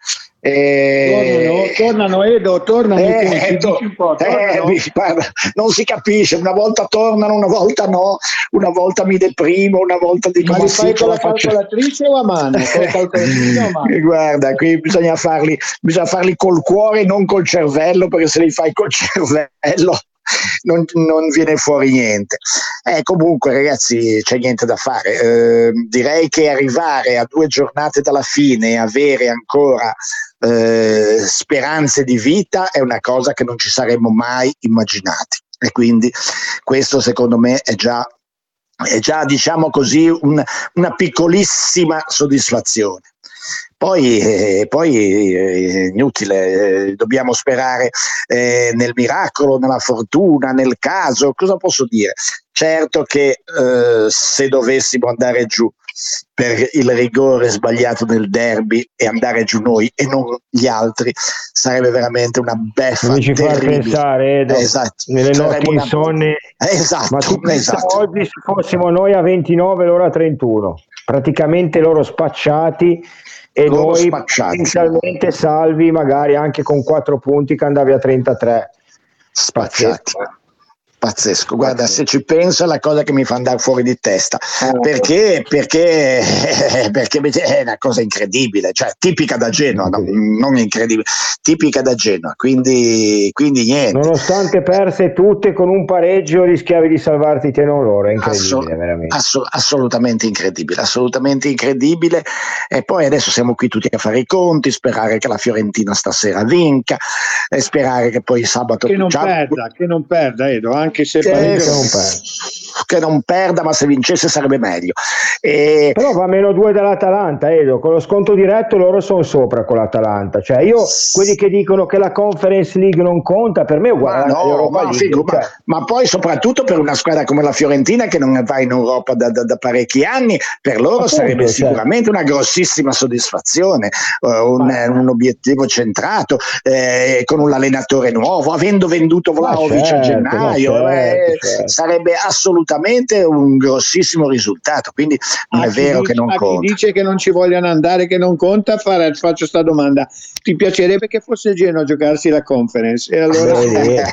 Eh, Tornano, tornano Edo, tornano i Eh, conti, to- dici un po', eh, tornano? mi- guarda, non si capisce, una volta tornano, una volta no, una volta mi deprimo, una volta dico Ma ma li sì, fai ce con la la faccio. calcolatrice o a mano? Con la calcolatrice o a mano? Eh, Guarda, qui bisogna farli, bisogna farli col cuore, non col cervello, perché se li fai col cervello non, non viene fuori niente. Eh, comunque, ragazzi, c'è niente da fare. Eh, direi che arrivare a due giornate dalla fine e avere ancora eh, speranze di vita è una cosa che non ci saremmo mai immaginati. E quindi questo, secondo me, è già è già, diciamo così, un- una piccolissima soddisfazione. Poi, eh, poi eh, inutile, eh, dobbiamo sperare eh, nel miracolo, nella fortuna, nel caso. Cosa posso dire? Certo che eh, se dovessimo andare giù per il rigore sbagliato nel derby e andare giù noi e non gli altri, sarebbe veramente una beffa Non mi ci far terribile. pensare, Edo, Esatto. nelle Sarebbe notti una- insonni. Esatto, Ma tu pensa esatto. oggi se fossimo noi a ventinove, loro a trentuno, praticamente loro spacciati e Loro noi spacciati. potenzialmente salvi, magari anche con quattro punti che andavi a trentatré. Spacciati. Pazzesco, guarda, se ci penso è la cosa che mi fa andare fuori di testa, Eh. perché, perché, perché è una cosa incredibile, cioè tipica da Genoa, no, non incredibile, tipica da Genoa, quindi, quindi niente. Nonostante perse tutte, con un pareggio rischiavi di salvarti te non loro, è incredibile, Assol- veramente. asso- assolutamente incredibile, assolutamente incredibile. E poi adesso siamo qui tutti a fare i conti, sperare che la Fiorentina stasera vinca e sperare che poi sabato Che non già- perda, che non perda Edo, anche se che, pareggia non che non perda, ma se vincesse sarebbe meglio. E Però va meno due dall'Atalanta, Edo, con lo sconto diretto loro sono sopra con l'Atalanta, cioè io, quelli che dicono che la Conference League non conta, per me è uguale Ma no, all'Europa ma, League, figo, ma- cioè. ma poi soprattutto per una squadra come la Fiorentina che non va in Europa da, da- da parecchi anni, per loro Appunto, sarebbe cioè. sicuramente una grossissima soddisfazione, eh, un, Ma- un obiettivo centrato, eh, con un allenatore nuovo, avendo venduto Ma Vlahovic a certo, gennaio, ma certo, eh, certo. sarebbe assolutamente un grossissimo risultato, quindi non A è chi vero dice- che non a chi conta. dice che non ci vogliono andare, che non conta, fare, faccio sta domanda: ti piacerebbe che fosse Genoa a giocarsi la Conference? E allora Vedi? È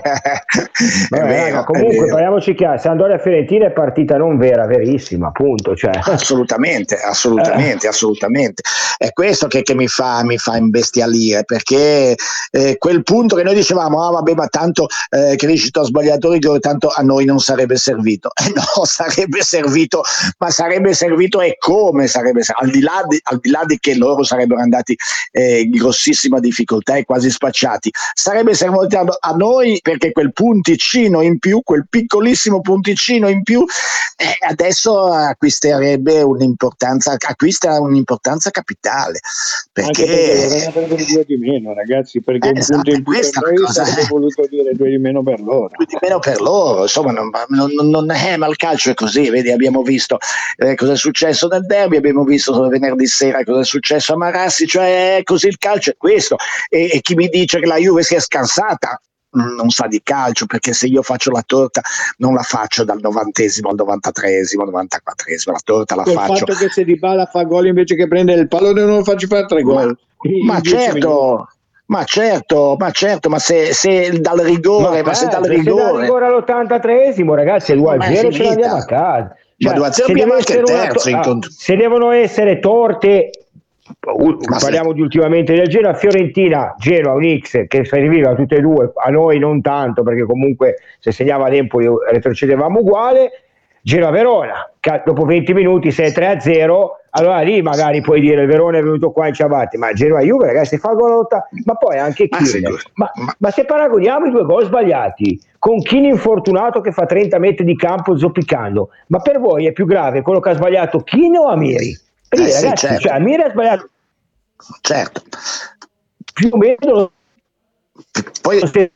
Vabbè, vero, raga, è comunque vero. parliamoci chiaro, Sampdoria Fiorentina è partita non vera, verissima, appunto, cioè. Assolutamente, assolutamente, assolutamente. È questo che, che mi fa, mi fa imbestialire, perché eh, quel punto che noi dicevamo, ah vabbè, ma tanto eh, Criscito ha sbagliato il rigore, tanto a noi non sarebbe servito. Eh no, sarebbe servito, ma sarebbe servito e come sarebbe servito, al di là di, al di là di che loro sarebbero andati eh, in grossissima difficoltà e quasi spacciati, sarebbe servito a, a noi, perché quel punticino in più, quel piccolissimo punticino in più, eh, adesso acquisterebbe un'importanza, acquista un'importanza capitale, anche perché perché vorrei avere due di meno, ragazzi, perché Eh, un esatto, punto in più questa per è la noi cosa, sarebbe eh. voluto dire due di meno per loro. di meno per loro, insomma, non, non, non è, ma il calcio è così, vedi, abbiamo visto eh, cosa è successo nel derby, abbiamo visto venerdì sera cosa è successo a Marassi, cioè così il calcio è questo, e, e chi mi dice che la Juve si è scansata non sa di calcio, perché se io faccio la torta non la faccio dal novantesimo al novantatreesimo, novantaquattresimo, la torta la Col faccio. fatto che se Dybala fa gol invece che prendere il pallone non lo faccio fare tre gol. in Ma dieci minuti. certo, ma certo, ma certo, ma se, se dal rigore, ma, se dal certo, se dal rigore, rigore all'ottantatreesimo, ragazzi, è due a Ma è zero, ce finita. l'andiamo a casa. Ma due a zero se abbiamo deve anche il essere una terzo to- in ah, cont- se devono essere torte, u- Ma parliamo di ultimamente del Genoa, Fiorentina, Genoa, un X che serviva a tutte e due, a noi non tanto, perché comunque se segnava l'Empoli retrocedevamo uguale. Genoa-Verona, che dopo venti minuti sei tre a zero, allora lì magari puoi dire il Verona è venuto qua in ciabatte, ma Genoa-Juve, ragazzi, fa gol lotta, ma poi anche Ma Keane. figura- Ma, ma- ma se paragoniamo i due gol sbagliati con Keane infortunato che fa trenta metri di campo zoppicando, ma per voi è più grave quello che ha sbagliato Keane o Amiri? Perché, Eh sì, ragazzi, certo. cioè, Amiri ha sbagliato. certo. più o meno poi sì.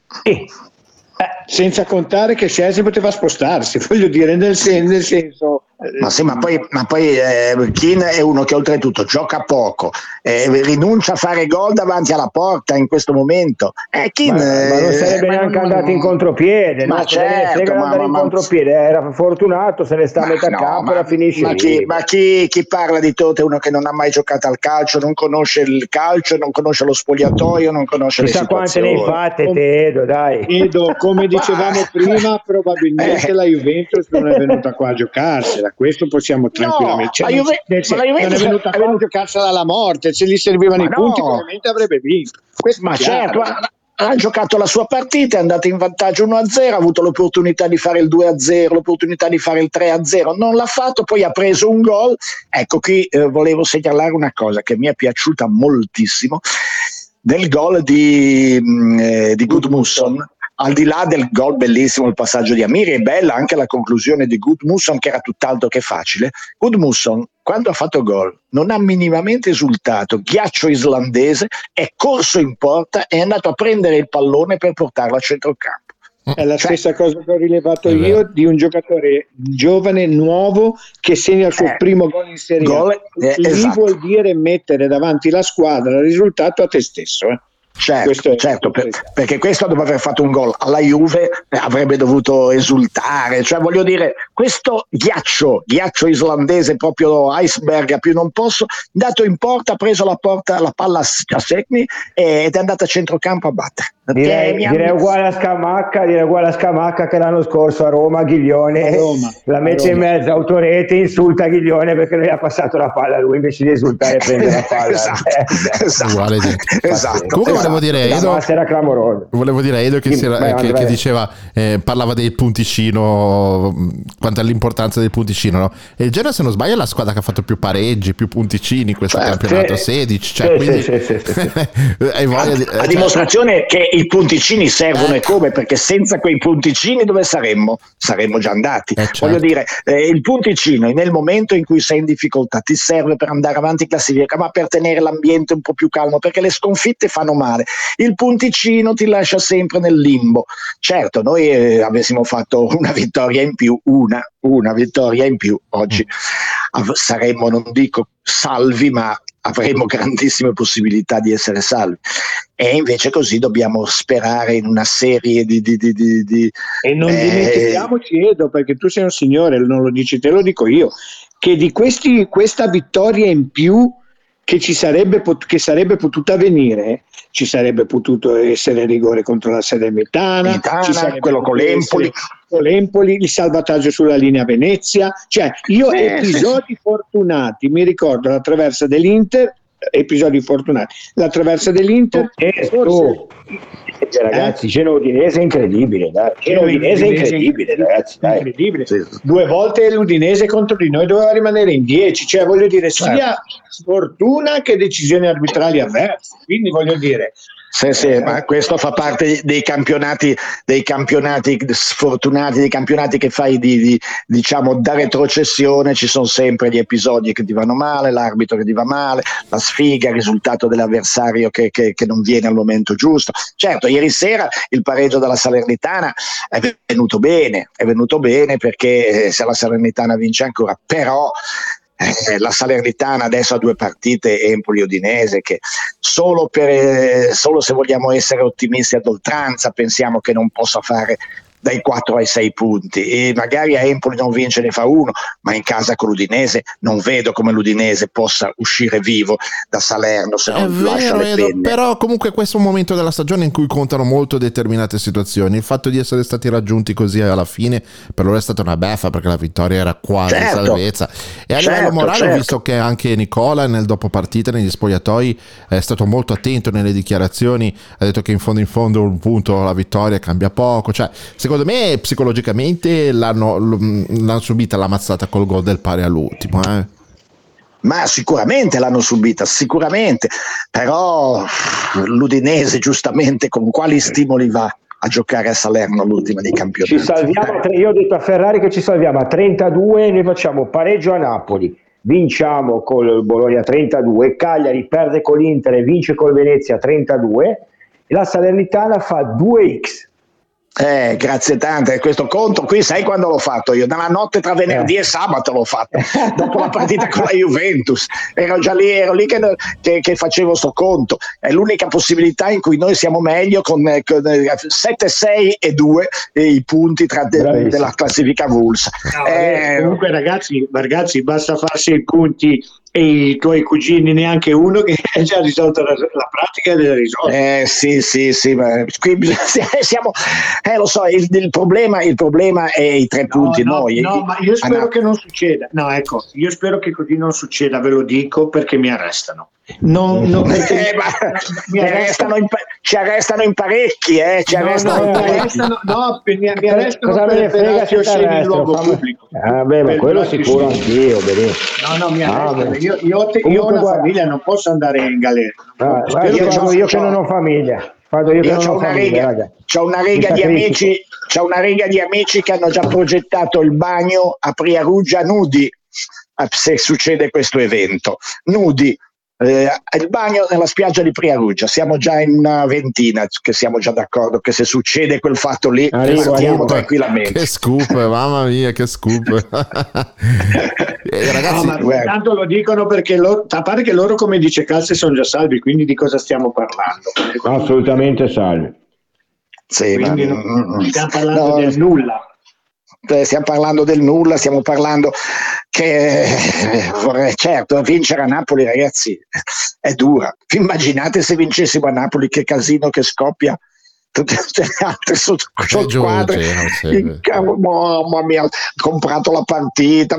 Eh, senza contare che Chelsea poteva spostarsi, voglio dire, nel, sen- nel senso. Ma sì, ma poi, ma poi eh, Keane è uno che oltretutto gioca poco, eh, rinuncia a fare gol davanti alla porta in questo momento. Eh, Keane, ma, ma non sarebbe eh, neanche ma non, andato in contropiede, ma no? certo, ma, andare ma, in ma, contropiede, era fortunato, se ne sta a metà no, campo e ma, la finisce. Ma, chi, ma chi, chi parla di Totti è uno che non ha mai giocato al calcio, non conosce il calcio, non conosce lo spogliatoio, non conosce Chissà le situazioni. Quante ne hai fatte, Tedo, dai. Edo, come dicevamo prima, probabilmente eh. la Juventus non è venuta qua a giocarsela, questo possiamo tranquillamente. Cioè, No, la Juve- nel senso, ma la Juventus non è venuta è qua a venuta- giocarsela alla morte, se gli servivano Ma i punti no. probabilmente avrebbe vinto. Questo Ma è chiaro. certo, ha, ha giocato la sua partita, è andato in vantaggio uno a zero, ha avuto l'opportunità di fare il due a zero, l'opportunità di fare il tre a zero, non l'ha fatto, poi ha preso un gol. Ecco, qui eh, volevo segnalare una cosa che mi è piaciuta moltissimo del gol di, mh, eh, di Gudmundsson. Al di là del gol bellissimo, il passaggio di Amiri, è bella anche la conclusione di Gudmundsson, che era tutt'altro che facile. Gudmundsson, quando ha fatto gol, non ha minimamente esultato, ghiaccio islandese, è corso in porta e è andato a prendere il pallone per portarlo a centrocampo. È la Cioè, stessa cosa che ho rilevato io di un giocatore giovane, nuovo, che segna il suo Eh, primo gol in Serie A. gol, eh, Lì esatto. vuol dire mettere davanti la squadra il risultato a te stesso. Eh. Certo, è, certo per, perché questo dopo aver fatto un gol alla Juve eh, avrebbe dovuto esultare, cioè voglio dire, questo ghiaccio, ghiaccio islandese, proprio iceberg a più non posso, dato in porta, ha preso la, porta, la palla a Szczęsny ed è andato a centrocampo a battere. Direi, mi direi ha- uguale a Scamacca, direi uguale a Scamacca che l'anno scorso a Roma Ghiglione A Roma, la mette a in Roma. mezzo, autorete, insulta Ghiglione perché lui ha passato la palla a lui invece di esultare e prendere la palla. esatto, esatto, Uguale identico. esatto. Comunque volevo esatto. dire, La Edo, massa era clamorosa. volevo dire a Edo che, Sì, si era- vai, che- vai, che vai. diceva, eh, parlava del punticino, mh, quanto all'importanza del punticino, no? E il Genoa, se non sbaglio, è la squadra che ha fatto più pareggi, più punticini in questo Certo, campionato, sì. sedici, cioè, Sì, quindi sì, sì, sì, sì. hai voglia di- A cioè, dimostrazione che i punticini servono e come, perché senza quei punticini dove saremmo? Saremmo già andati. Eh, certo. Voglio dire, eh, il punticino nel momento in cui sei in difficoltà ti serve per andare avanti in classifica, ma per tenere l'ambiente un po' più calmo, perché le sconfitte fanno male. Il punticino ti lascia sempre nel limbo. Certo, noi eh, avessimo fatto una vittoria in più, una, una vittoria in più, oggi av- saremmo, non dico salvi, ma avremo grandissime possibilità di essere salvi. E invece così dobbiamo sperare in una serie di, di, di, di, di E non eh, dimentichiamoci, Edo, perché tu sei un signore, non lo dici te, lo dico io, che di questi, questa vittoria in più che ci sarebbe, pot- che sarebbe potuta venire, ci sarebbe potuto essere rigore contro la Salernitana, Salernitana, ci sarebbe quello con potuto l'Empoli. essere con l'Empoli, il salvataggio sulla linea Venezia, cioè io Eh, episodi fortunati, mi ricordo la traversa dell'Inter, episodi fortunati, la traversa dell'Inter, Eh, forse- tu. Cioè, ragazzi, Genoa Udinese è incredibile, dai. Genoa Udinese è incredibile, ragazzi, dai. incredibile. Sì. Due volte l'Udinese contro di noi doveva rimanere in dieci, cioè voglio dire sia sfortuna che decisioni arbitrali avverse, quindi voglio dire Sì, sì, ma questo fa parte dei campionati, dei campionati sfortunati, dei campionati che fai di, di, diciamo da retrocessione. Ci sono sempre gli episodi che ti vanno male, l'arbitro che ti va male, la sfiga, il risultato dell'avversario che, che, che non viene al momento giusto. Certo, ieri sera il pareggio della Salernitana è venuto bene, è venuto bene perché se la Salernitana vince ancora, però Eh, la Salernitana adesso ha due partite, Empoli e Udinese, che solo, per, eh, solo se vogliamo essere ottimisti ad oltranza pensiamo che non possa fare dai quattro ai sei punti, e magari a Empoli non vince, ne fa uno, ma in casa con l'Udinese non vedo come l'Udinese possa uscire vivo da Salerno se È non lascia vero, le Edo, penne. però comunque questo è un momento della stagione in cui contano molto determinate situazioni. Il fatto di essere stati raggiunti così alla fine per loro è stata una beffa, perché la vittoria era quasi Certo. salvezza. E a Certo, livello morale certo. ho visto che anche Nicola nel dopo partita, negli spogliatoi, è stato molto attento nelle dichiarazioni, ha detto che in fondo in fondo un punto la vittoria cambia poco, cioè secondo me psicologicamente l'hanno, l'hanno subita la mazzata col gol del pari all'ultimo, eh. Ma sicuramente l'hanno subita, sicuramente, però l'Udinese giustamente con quali stimoli va a giocare a Salerno l'ultima dei campionati? Ci salviamo, a tre- io ho detto a Ferrari che ci salviamo a trentadue, noi facciamo pareggio a Napoli, vinciamo col Bologna trentadue, Cagliari perde con l'Inter e vince col Venezia trentadue, e la Salernitana fa due x. Eh, grazie tante, questo conto qui sai quando l'ho fatto io? Nella notte tra venerdì eh. e sabato l'ho fatto, dopo la partita con la Juventus, ero già lì, ero lì che, che, che facevo sto conto, è l'unica possibilità in cui noi siamo meglio con, con sette, sei e due i punti tra de, della classifica Vulsa. No, eh, comunque ragazzi, ragazzi, basta farsi i punti e i tuoi cugini neanche uno che è già risolta la, la pratica della risolta. Eh sì sì sì, ma qui siamo, eh lo so, il, il problema il problema è i tre no, punti no, noi. No, ma io spero ah, no. che non succeda. No, ecco, io spero che così non succeda, ve lo dico perché mi arrestano. Non, non perché eh, ma mi arrestano in, ci arrestano in parecchi, eh, ci no, arrestano no, in parecchi. Arrestano, no, mi, mi arrestano cosa per, me ne frega per in luogo fammi... pubblico. Ah, beh, ma quello sicuro anch'io, no, no, mi arrestano. Ah, io, io, te, io ho una guarda... famiglia, non posso andare in galera. Ah, guarda, io, io, io che non ho famiglia. Vado io, io che non ho una famiglia, riga, c'ho una riga di amici, c'ho una riga di amici che hanno già progettato il bagno a Priaruggia nudi, se succede questo evento. Nudi. Eh, il bagno nella spiaggia di Priaruggia, siamo già in una ventina che siamo già d'accordo che se succede quel fatto lì stiamo tranquillamente. Che scoop, mamma mia, che scoop. eh, ragazzi, no, ma tanto lo dicono perché loro, a parte che loro, come dice Calze, sono già salvi, quindi di cosa stiamo parlando? Assolutamente salvi. Sì, quindi ma, non stiamo parlando no, del nulla. Stiamo parlando del nulla, stiamo parlando che eh, certo vincere a Napoli, ragazzi, è dura. Immaginate se vincessimo a Napoli, che casino che scoppia, tutte le altre squadre. Mamma mia, ho comprato la partita.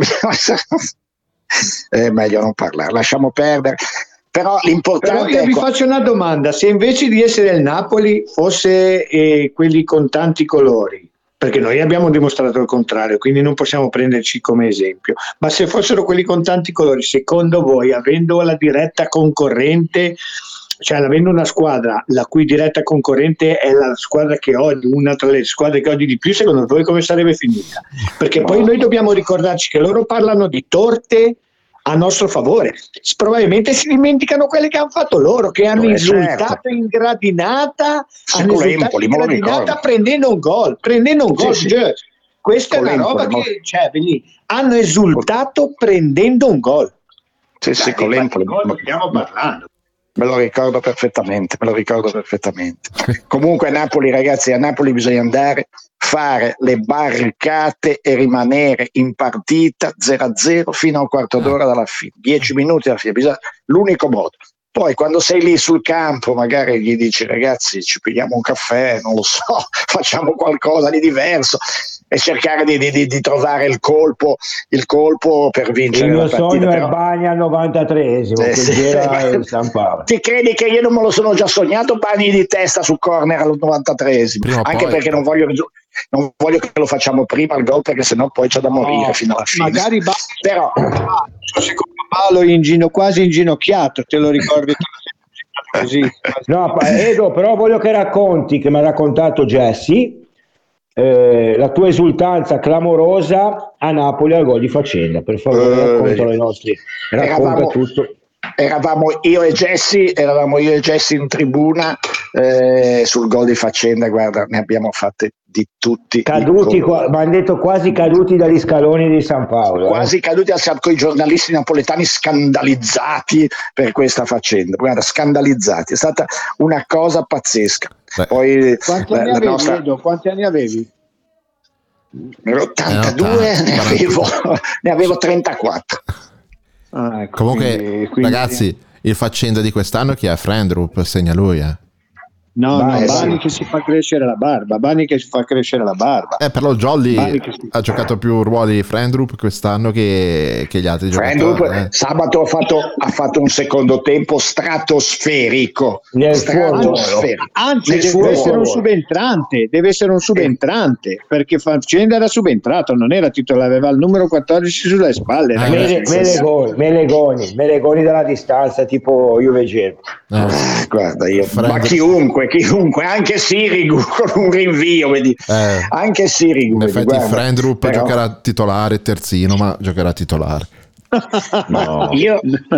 È meglio non parlare, lasciamo perdere. Però l'importante Però io è vi faccio una domanda: se invece di essere il Napoli fosse eh, quelli con tanti colori, perché noi abbiamo dimostrato il contrario, quindi non possiamo prenderci come esempio, ma se fossero quelli con tanti colori, secondo voi, avendo la diretta concorrente, cioè avendo una squadra la cui diretta concorrente è la squadra che odi, una tra le squadre che odi di più, secondo voi come sarebbe finita? Perché poi noi dobbiamo ricordarci che loro parlano di torte a nostro favore, probabilmente si dimenticano quelle che hanno fatto loro, che hanno eh, insultato certo. in gradinata, sì, hanno Empoli, insultato in gradinata prendendo un gol, prendendo un gol. Sì, cioè, questa con è una roba l'Empoli, che cioè, hanno esultato prendendo un gol. Sì, sì, con l'Empoli. Stiamo parlando. Me lo ricordo perfettamente, me lo ricordo perfettamente. Comunque a Napoli, ragazzi, a Napoli bisogna andare, fare le barricate e rimanere in partita zero a zero fino a un quarto d'ora dalla fine, dieci minuti alla fine, bisogna, l'unico modo. Poi quando sei lì sul campo magari gli dici ragazzi ci pigliamo un caffè, non lo so, facciamo qualcosa di diverso e cercare di, di, di trovare il colpo il colpo per vincere il mio la partita. sogno però... è Bagna al novantatreesimo, eh, sì. il San Paolo. Ti credi che io non me lo sono già sognato Bagni di testa su corner al novantatreesimo? Prima anche poi... perché non voglio non voglio che lo facciamo prima il gol, perché sennò poi c'è da morire no, fino alla fine. Magari ba- però secondo palo in gino- quasi inginocchiato, te lo ricordi così? No, Edo, però voglio che racconti, che mi ha raccontato Jesse, eh, la tua esultanza clamorosa a Napoli al gol di Facenda. Per favore, uh, raccontalo ai nostri, racconta eravamo, tutto. Eravamo io e Jesse, eravamo io e Jesse in tribuna eh, sul gol di Facenda. Guarda, ne abbiamo fatte di tutti caduti, qua, mi hanno detto quasi caduti dagli scaloni di San Paolo, quasi eh. caduti con i giornalisti napoletani scandalizzati per questa faccenda. Guarda, scandalizzati, è stata una cosa pazzesca. Beh. Poi quanti anni, avevi, nostra... Edo, quanti anni avevi? ottantadue, eh, ne, avevo, ne avevo trentaquattro. Ah, ecco, comunque quindi, quindi... ragazzi, il Faccenda di quest'anno chi è? Frendrup, segna lui, eh. No, Beh, no, Bani sì. che si fa crescere la barba, Bani che si fa crescere la barba. Eh, però Jolly si... ha giocato più ruoli Frendrup quest'anno che, che gli altri Frendrup, giocatori. Eh. Sabato ha fatto, ha fatto un secondo tempo stratosferico. stratosferico. Anzi, Nel deve essere un subentrante, deve essere un subentrante, eh. perché Faccenda era subentrato, non era titolare, aveva il numero quattordici sulle spalle. Eh, Mele, Melegoni, Melegoni, Melegoni dalla distanza, tipo Juve Genoa. Eh. Guarda, io, ma chiunque chiunque, anche Sirigu con un rinvio, vedi, eh, anche Sirigu. In effetti guarda, Frendrup però... giocherà titolare, terzino, ma giocherà titolare. No. Io,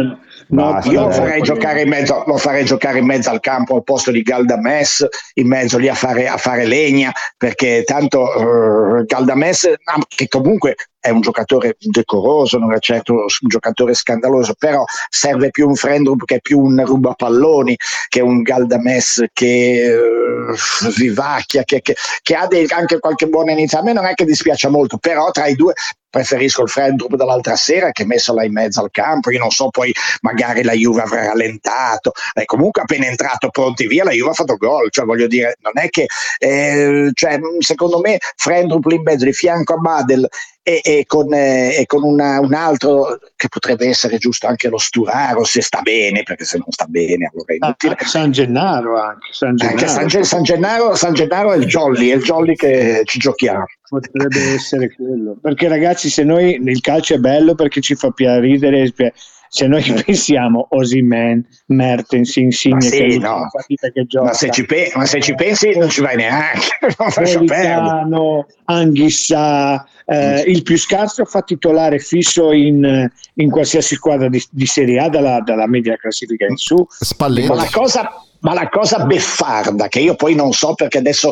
no, io lo farei giocare in mezzo, lo farei giocare in mezzo al campo al posto di Galdames, in mezzo lì a fare, a fare legna, perché tanto uh, Galdames, che comunque è un giocatore decoroso, non è certo un giocatore scandaloso, però serve più un Frendrup che è più un rubapalloni, che un Galdames che uh, vivacchia, che, che, che ha dei, anche qualche buona inizio. A me non è che dispiace molto, però tra i due preferisco il Frendrup dell'altra sera, che messo là in mezzo al campo. Io non so, poi magari la Juve avrà rallentato, e comunque appena entrato pronti via la Juve ha fatto gol, cioè voglio dire, non è che eh, cioè, secondo me Frendrup lì in mezzo di fianco a Badel e, e con, eh, e con una, un altro che potrebbe essere giusto anche lo Sturaro, se sta bene, perché se non sta bene allora è inutile. Ah, San Gennaro anche San Gennaro. Anche San, Gen- San, Gennaro, San Gennaro è il jolly, è il jolly che ci giochiamo. Potrebbe essere quello, perché ragazzi, se noi il calcio è bello perché ci fa più ridere, se noi pensiamo Osimhen, Mertens, Insigne, ma, sì, che no. che gioca, ma, se ci pe- ma se ci pensi non ci vai neanche, non Politano, Anghissà, eh, il più scarso fa titolare fisso in, in qualsiasi squadra di, di Serie A dalla, dalla media classifica in su. Spalletti. Ma la cosa Ma la cosa beffarda, che io poi non so, perché adesso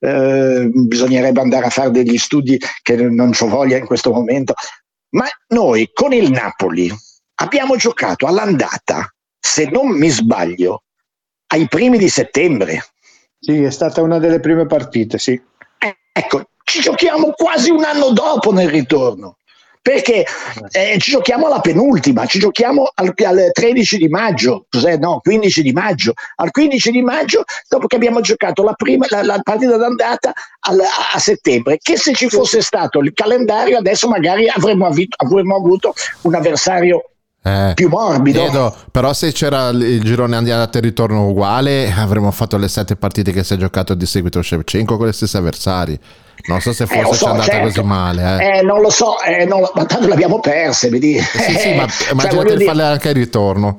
eh, bisognerebbe andare a fare degli studi che non c'ho voglia in questo momento, ma noi con il Napoli abbiamo giocato all'andata, se non mi sbaglio, ai primi di settembre. Sì, è stata una delle prime partite, sì. Eh, ecco, ci giochiamo quasi un anno dopo nel ritorno. Perché eh, ci giochiamo alla penultima, ci giochiamo al, al tredici di maggio, cos'è? No, quindici di maggio, al quindici di maggio, dopo che abbiamo giocato la, prima, la, la partita d'andata al, a, a settembre, che se ci fosse stato il calendario adesso magari avremmo, avvito, avremmo avuto un avversario eh, più morbido. Chiedo, però se c'era il girone andata e ritorno uguale avremmo fatto le sette partite che si è giocato di seguito Shevchenko con gli stessi avversari. Non so se forse eh, so, c'è andata certo. così male. Eh. Eh, non lo so, eh, non, ma tanto l'abbiamo perse, vedi? Eh, sì, sì, ma cioè, immaginate di farle anche al ritorno.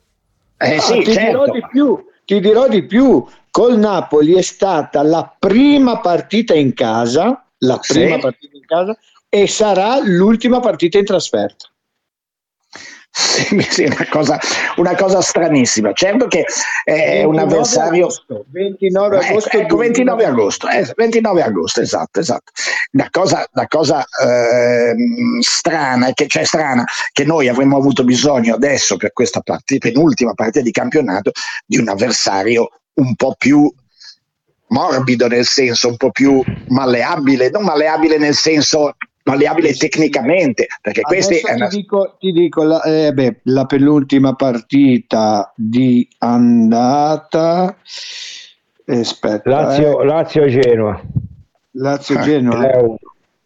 Eh, sì, ti, certo. dirò di più, ti dirò di più, col Napoli è stata la prima partita in casa, la prima sì. partita in casa, e sarà l'ultima partita in trasferta. Sì, sì, una cosa, una cosa stranissima. Certo che è un avversario. Agosto, ventinove agosto. Ecco, ecco ventinove agosto, eh, ventinove agosto, esatto, esatto. La cosa, la cosa eh, strana, che, cioè strana, che noi avremmo avuto bisogno adesso per questa partita, penultima partita di campionato, di un avversario un po' più morbido, nel senso, un po' più malleabile, non malleabile nel senso. malleabile tecnicamente, perché questi ti, una... dico, ti dico la, eh, beh, la penultima partita di andata eh, aspetta, Lazio, eh. Lazio Genoa Lazio Genoa eh,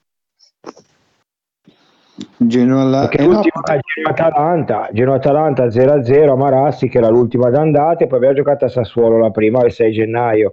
Genoa la... eh, no, Genoa Atalanta Genoa Atalanta zero a zero a Marassi, che era l'ultima d'andata, e poi abbiamo giocato a Sassuolo la prima il sei gennaio.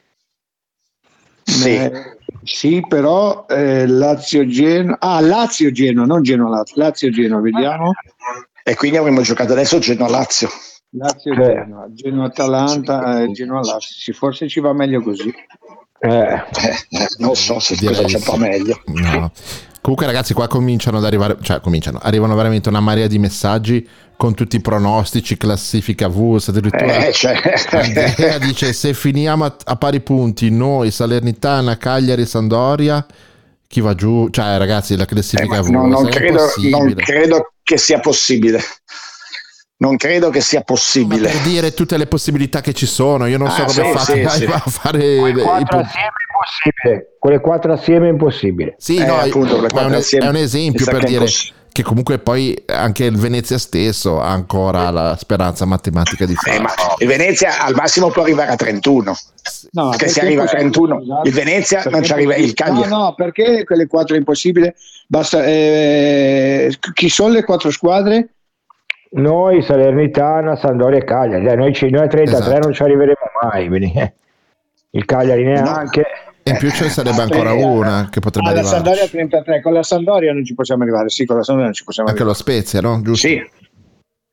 Sì. Eh, sì, però eh, Lazio Genoa, ah Lazio Genoa, non Genoa Lazio, Lazio Genoa, vediamo. E quindi avremmo giocato adesso Genoa Lazio. Lazio Genoa, Genoa Atalanta, eh, Genoa Lazio, sì, forse ci va meglio così. Eh, eh, non so se cosa c'è un po' meglio. No. Comunque ragazzi, qua cominciano ad arrivare, cioè cominciano, arrivano veramente una marea di messaggi con tutti i pronostici, classifica V, addirittura eh, cioè. Andrea dice: se finiamo a, a pari punti noi, Salernitana, Cagliari, Sampdoria, chi va giù? Cioè ragazzi, la classifica eh, V no, non, credo, non credo che sia possibile. Non credo che sia possibile. Ma per dire tutte le possibilità che ci sono, io non ah, so come sì, fate sì, a sì. fare quelle quattro assieme è impossibile. Quelle quattro assieme è impossibile. Sì, eh, no, appunto, è, un, è un esempio per dire imposs- che comunque poi anche il Venezia stesso ha ancora la speranza matematica di fare. Eh, ma il Venezia al massimo può arrivare a trentuno. No, perché se arriva a trentuno il Venezia non ci arriva il Cagliari. No, no, perché quelle quattro è impossibile. Basta, eh, chi sono le quattro squadre? Noi, Salernitana, Sampdoria e Cagliari. Dai, noi, noi a trentatré esatto. non ci arriveremo mai. Il Cagliari neanche. E in più ce ne sarebbe ancora una che potrebbe alla arrivare. Sampdoria trentatré, con la Sampdoria non ci possiamo arrivare. Sì, con la Sampdoria non ci possiamo anche arrivare. Anche lo Spezia, no? Giusto? Sì.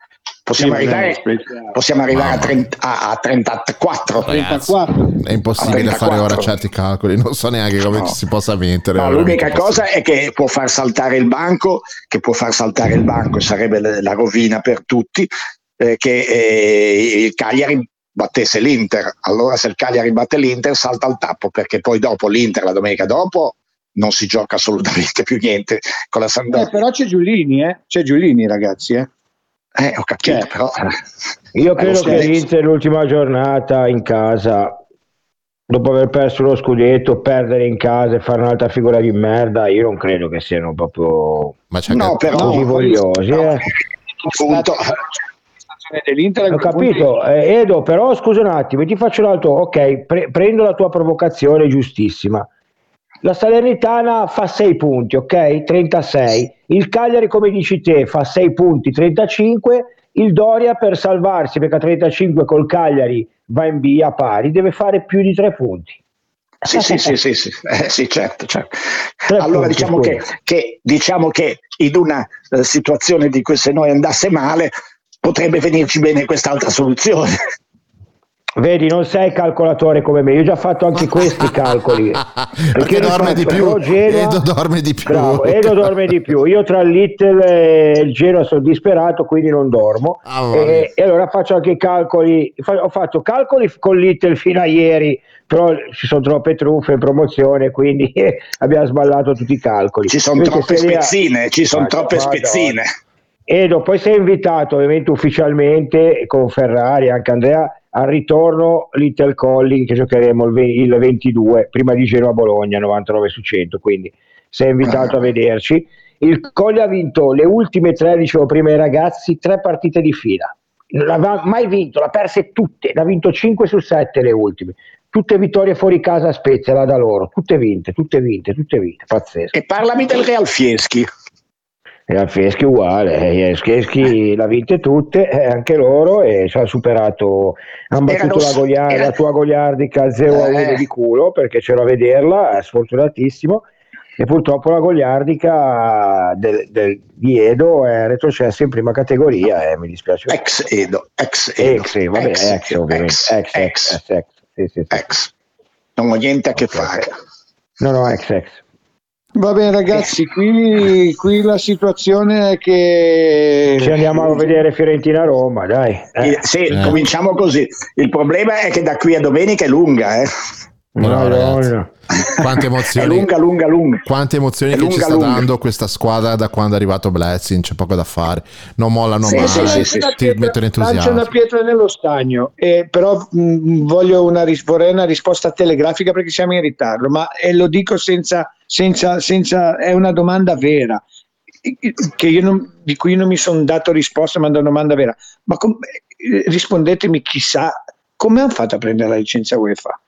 Possiamo Sì, arrivare, possiamo arrivare a, trenta, a, a trentaquattro. Ragazzi, trentaquattro. è impossibile trentaquattro. fare ora certi calcoli, non so neanche come No. ci si possa mettere. No, l'unica cosa è che può far saltare il banco, che può far saltare il banco, sarebbe la, la rovina per tutti, eh, che eh, il Cagliari battesse l'Inter. Allora se il Cagliari batte l'Inter salta il tappo, perché poi dopo l'Inter, la domenica dopo, non si gioca assolutamente più niente con la Sampdoria. Eh, però c'è Giulini, eh? C'è Giulini, ragazzi, eh? Eh, ho capito, C'è. però Io credo lo che so. l'Inter l'ultima giornata in casa, dopo aver perso lo scudetto, perdere in casa e fare un'altra figura di merda, io non credo che siano proprio Ma c'è No, però così vogliosi. no, eh. punto. dell'Inter Ho capito, eh, Edo, però scusa un attimo, ti faccio un altro, ok, pre- prendo la tua provocazione giustissima. La Salernitana fa sei punti, ok? trentasei. Il Cagliari, come dici te, fa sei punti, trentacinque. Il Doria, per salvarsi, perché a trentacinque col Cagliari va in B a pari, deve fare più di tre punti. Sì, sì, sì, sì, sì, eh, sì, certo, certo. Tre Allora punti, diciamo che, scusa. che diciamo che in una eh, situazione di cui se noi andasse male potrebbe venirci bene quest'altra soluzione. Vedi, non sei calcolatore come me, io ho già fatto anche questi calcoli. Perché io ne dorme faccio di più, pro Genoa- Edo dorme di più. Bravo, Edo dorme di più. Io tra il Little e il Genoa sono disperato, quindi non dormo. Ah, va bene. e, e allora faccio anche i calcoli. Fa- Ho fatto calcoli con Little fino a ieri, però ci sono troppe truffe in promozione, quindi abbiamo sballato tutti i calcoli. Ci sono Invece troppe Serie A- spezzine, ci sono Madonna. troppe spezzine. Edo, poi sei invitato ovviamente ufficialmente con Ferrari, anche Andrea, al ritorno Little Colli, che giocheremo il, ve- il ventidue, prima di Genoa-Bologna, novantanove su cento, quindi sei invitato a vederci. Il Colli ha vinto le ultime tre, dicevo prima ai ragazzi, tre partite di fila. Non aveva mai vinto, l'ha perse tutte, ne ha vinto cinque su sette le ultime. Tutte vittorie fuori casa a Spezia, là da loro, tutte vinte, tutte vinte, tutte vinte, pazzesco. E parlami del Real Fieschi. E al Fieschi uguale, eh, il Fieschi l'ha vinte tutte, eh, anche loro, e ci ha superato, hanno Erano battuto la, s- Goliard- era- la tua Goliardica zero a uno Eh. di culo, perché c'ero a vederla, è sfortunatissimo, e purtroppo la Goliardica del, del, di Edo è retrocessa in prima categoria, eh, mi dispiace. Ex Edo, ex Edo. Ex, sì, vabbè, ex, ex, ovviamente, ex, ex, ex, ex, ex, ex, sì, sì, sì. ex. Non ho niente a che fare. No, no, ex, ex. Va bene ragazzi, qui, qui la situazione è che Ci andiamo a vedere Fiorentina-Roma, dai. Eh. Eh, sì, Eh. cominciamo così. Il problema è che da qui a domenica è lunga, eh. No, ragazzi. Madonna. Quante È emozioni, lunga, lunga, lunga. quante emozioni È che ci lunga, sta lunga. dando questa squadra da quando è arrivato Blessing, c'è poco da fare, non mollano Sì, mai, sì, sì, sì. ti mettono lancia una entusiasmo. pietra nello stagno, eh, però mh, voglio una, ris- vorrei una risposta telegrafica perché siamo in ritardo, ma e lo dico senza, senza, senza, è una domanda vera che io non, di cui io non mi sono dato risposta, ma è una domanda vera. Ma com- eh, rispondetemi, chissà come hanno fatto a prendere la licenza UEFA?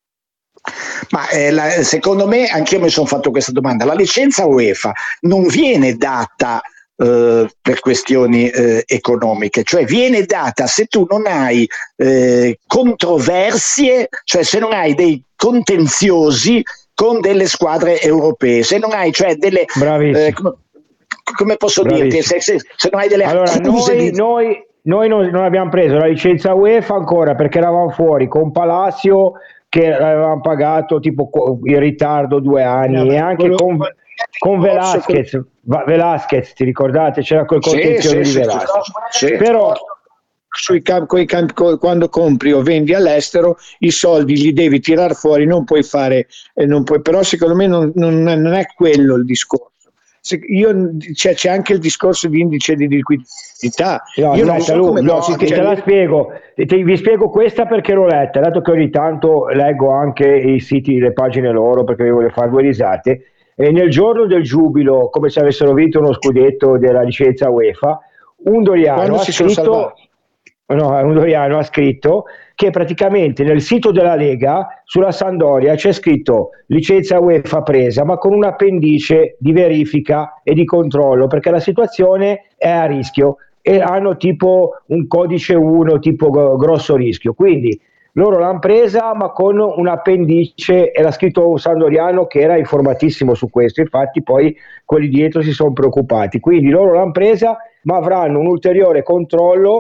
Ma eh, la- secondo me, anch'io mi sono fatto questa domanda. La licenza UEFA non viene data eh, per questioni eh, economiche, cioè viene data se tu non hai eh, controversie, cioè se non hai dei contenziosi con delle squadre europee, se non hai cioè delle Bravissimo. eh, come, come posso dirti, Bravissimo. se, se- se non hai delle Allora, accuse noi, di... noi, noi non, non abbiamo preso la licenza UEFA ancora perché eravamo fuori con Palacio che avevamo pagato tipo co- in ritardo due anni No, e ma anche quello- con, con Velasquez, Va- Velasquez, ti ricordate? C'era quel Sì, contenzioso sì, di sì, Velasquez. sì, sì. Però Sui camp- coi camp- co- quando compri o vendi all'estero i soldi li devi tirar fuori, non puoi fare eh, non puoi, però secondo me non, non è, non è quello il discorso. Se- io, c'è, c'è anche il discorso di indice di liquidità. no, io non aspetta, so Lu, come no, posso- ti- te cioè, la spiego, Ti- vi spiego questa perché l'ho letta, dato che ogni tanto leggo anche i siti, le pagine loro perché vi voglio fare due risate. E nel giorno del giubilo, come se avessero vinto uno scudetto della licenza UEFA, un Doriano Quando ha si sono scritto, salvati. no, un Doriano ha scritto che praticamente nel sito della Lega sulla Sampdoria c'è scritto licenza UEFA presa, ma con un appendice di verifica e di controllo, perché la situazione è a rischio e hanno tipo un codice uno tipo g- grosso rischio, quindi loro l'hanno presa ma con un appendice, era scritto un Sampdoriano che era informatissimo su questo, infatti poi quelli dietro si sono preoccupati, quindi loro l'hanno presa ma avranno un ulteriore controllo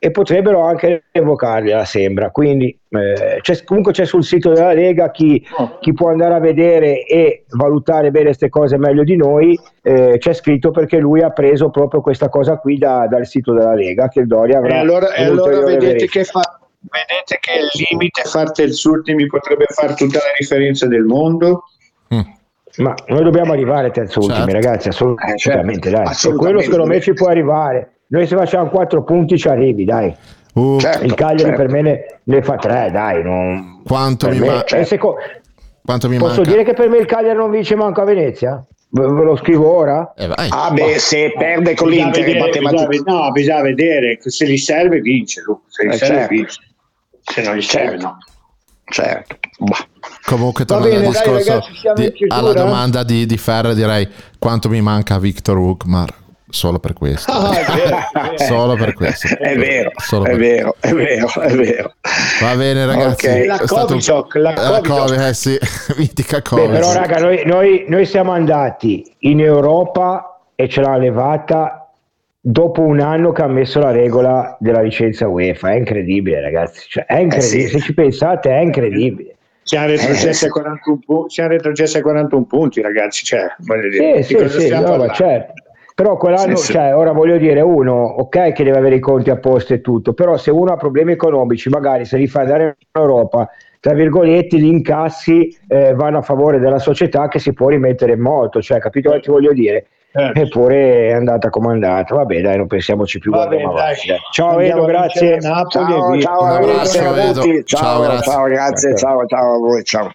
e potrebbero anche revocargliela, sembra. Quindi eh, c'è, comunque c'è sul sito della Lega chi, chi può andare a vedere e valutare bene queste cose meglio di noi, eh, c'è scritto perché lui ha preso proprio questa cosa qui da, dal sito della Lega, che il Doria avrà. E allora, e allora vedete, verifica. che fa, vedete che il limite far terzultimi potrebbe fare tutta la differenza del mondo. Mm. Ma noi dobbiamo arrivare terzultimi, certo. ragazzi, assolutamente, Eh, certo. dai. Assolutamente. E quello secondo me ci può arrivare. Noi se facciamo quattro punti ci arrivi, dai. Uh, Certo, Il Cagliari certo. per me ne, ne fa tre, dai. Non... Quanto per mi, me- ma- eh, seco- quanto mi Posso manca? dire che per me il Cagliari non vince manco a Venezia? Ve ve lo scrivo ora? Eh, vai. Ah beh, se perde con Bisogna l'Inter vedere, matematica- bisogna- no, bisogna vedere se gli serve vince, Lu. Se gli Eh, serve certo. vince, se non gli serve Certo. no. certo. Bah. Comunque Va tornando bene, al dai, discorso ragazzi, siamo di- in chiusura. alla domanda di, di Ferre, direi quanto mi manca Victor Ukmar, solo per questo. Ah, è vero, è vero. Solo per questo. È vero, Solo è per- vero, è vero, è vero. Va bene ragazzi. Ok. La è stato un- Kovichok, la Eh, Kovichok. Kovi- eh sì, mitica Beh, Kovic. però raga, noi, noi, noi siamo andati in Europa e ce l'ha levata dopo un anno che ha messo la regola della licenza UEFA. È incredibile, ragazzi, cioè, è incredibile. Eh sì. Se ci pensate è incredibile. Siamo retrocessi a quarantuno pu- siamo retrocessi a quarantuno punti, ragazzi. Cioè, voglio dire, Sì, di sì, cosa sì, stiamo no, ma parlando? certo. Però quell'anno, Sì, sì. cioè, ora voglio dire, uno, ok che deve avere i conti a posto e tutto, però se uno ha problemi economici, magari se li fa andare in Europa, tra virgolette, gli incassi eh, vanno a favore della società che si può rimettere in moto, cioè, capito cosa ti voglio dire? Eh. Eppure è andata comandata. Vabbè, dai, non pensiamoci più. Va guardiamo bene, avanti, dai. dai. Ciao Andiamo Edo, a grazie. vincere Napoli Ciao, e via. ciao, Un ragazzi, abbraccio, ragazzi. Edo. Ciao, Ciao, grazie. ciao ragazzi, ciao, ciao a voi, ciao.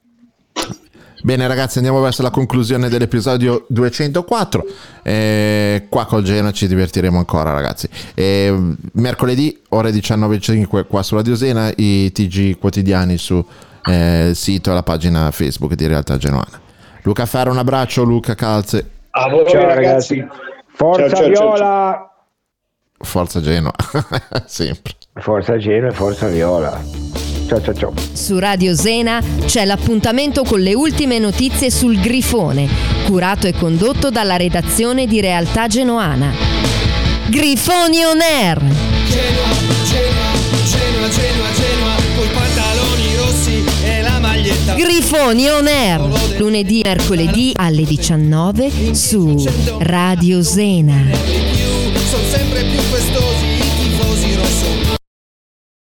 Bene ragazzi, andiamo verso la conclusione dell'episodio duecentoquattro. Eh, qua col Genoa ci divertiremo ancora ragazzi. Eh, mercoledì ore diciannove e cinque qua su Radio Zena, i T G quotidiani su eh, il sito e la pagina Facebook di Realtà Genoana. Luca Ferro, un abbraccio. Luca Calze, A voi, Ciao ragazzi. ragazzi. Forza Ciao, ciao, ciao, Viola. forza Genoa. Sempre. Forza Genoa e forza Viola. Ciao ciao ciao. Su Radio Zena c'è l'appuntamento con le ultime notizie sul Grifone, curato e condotto dalla redazione di Realtà Genoana. Grifoni on air! Genoa, Genoa, Genoa, Genoa, Genoa, coi pantaloni rossi e la maglietta. Grifoni on air! Lunedì e mercoledì alle diciannove su Radio Zena.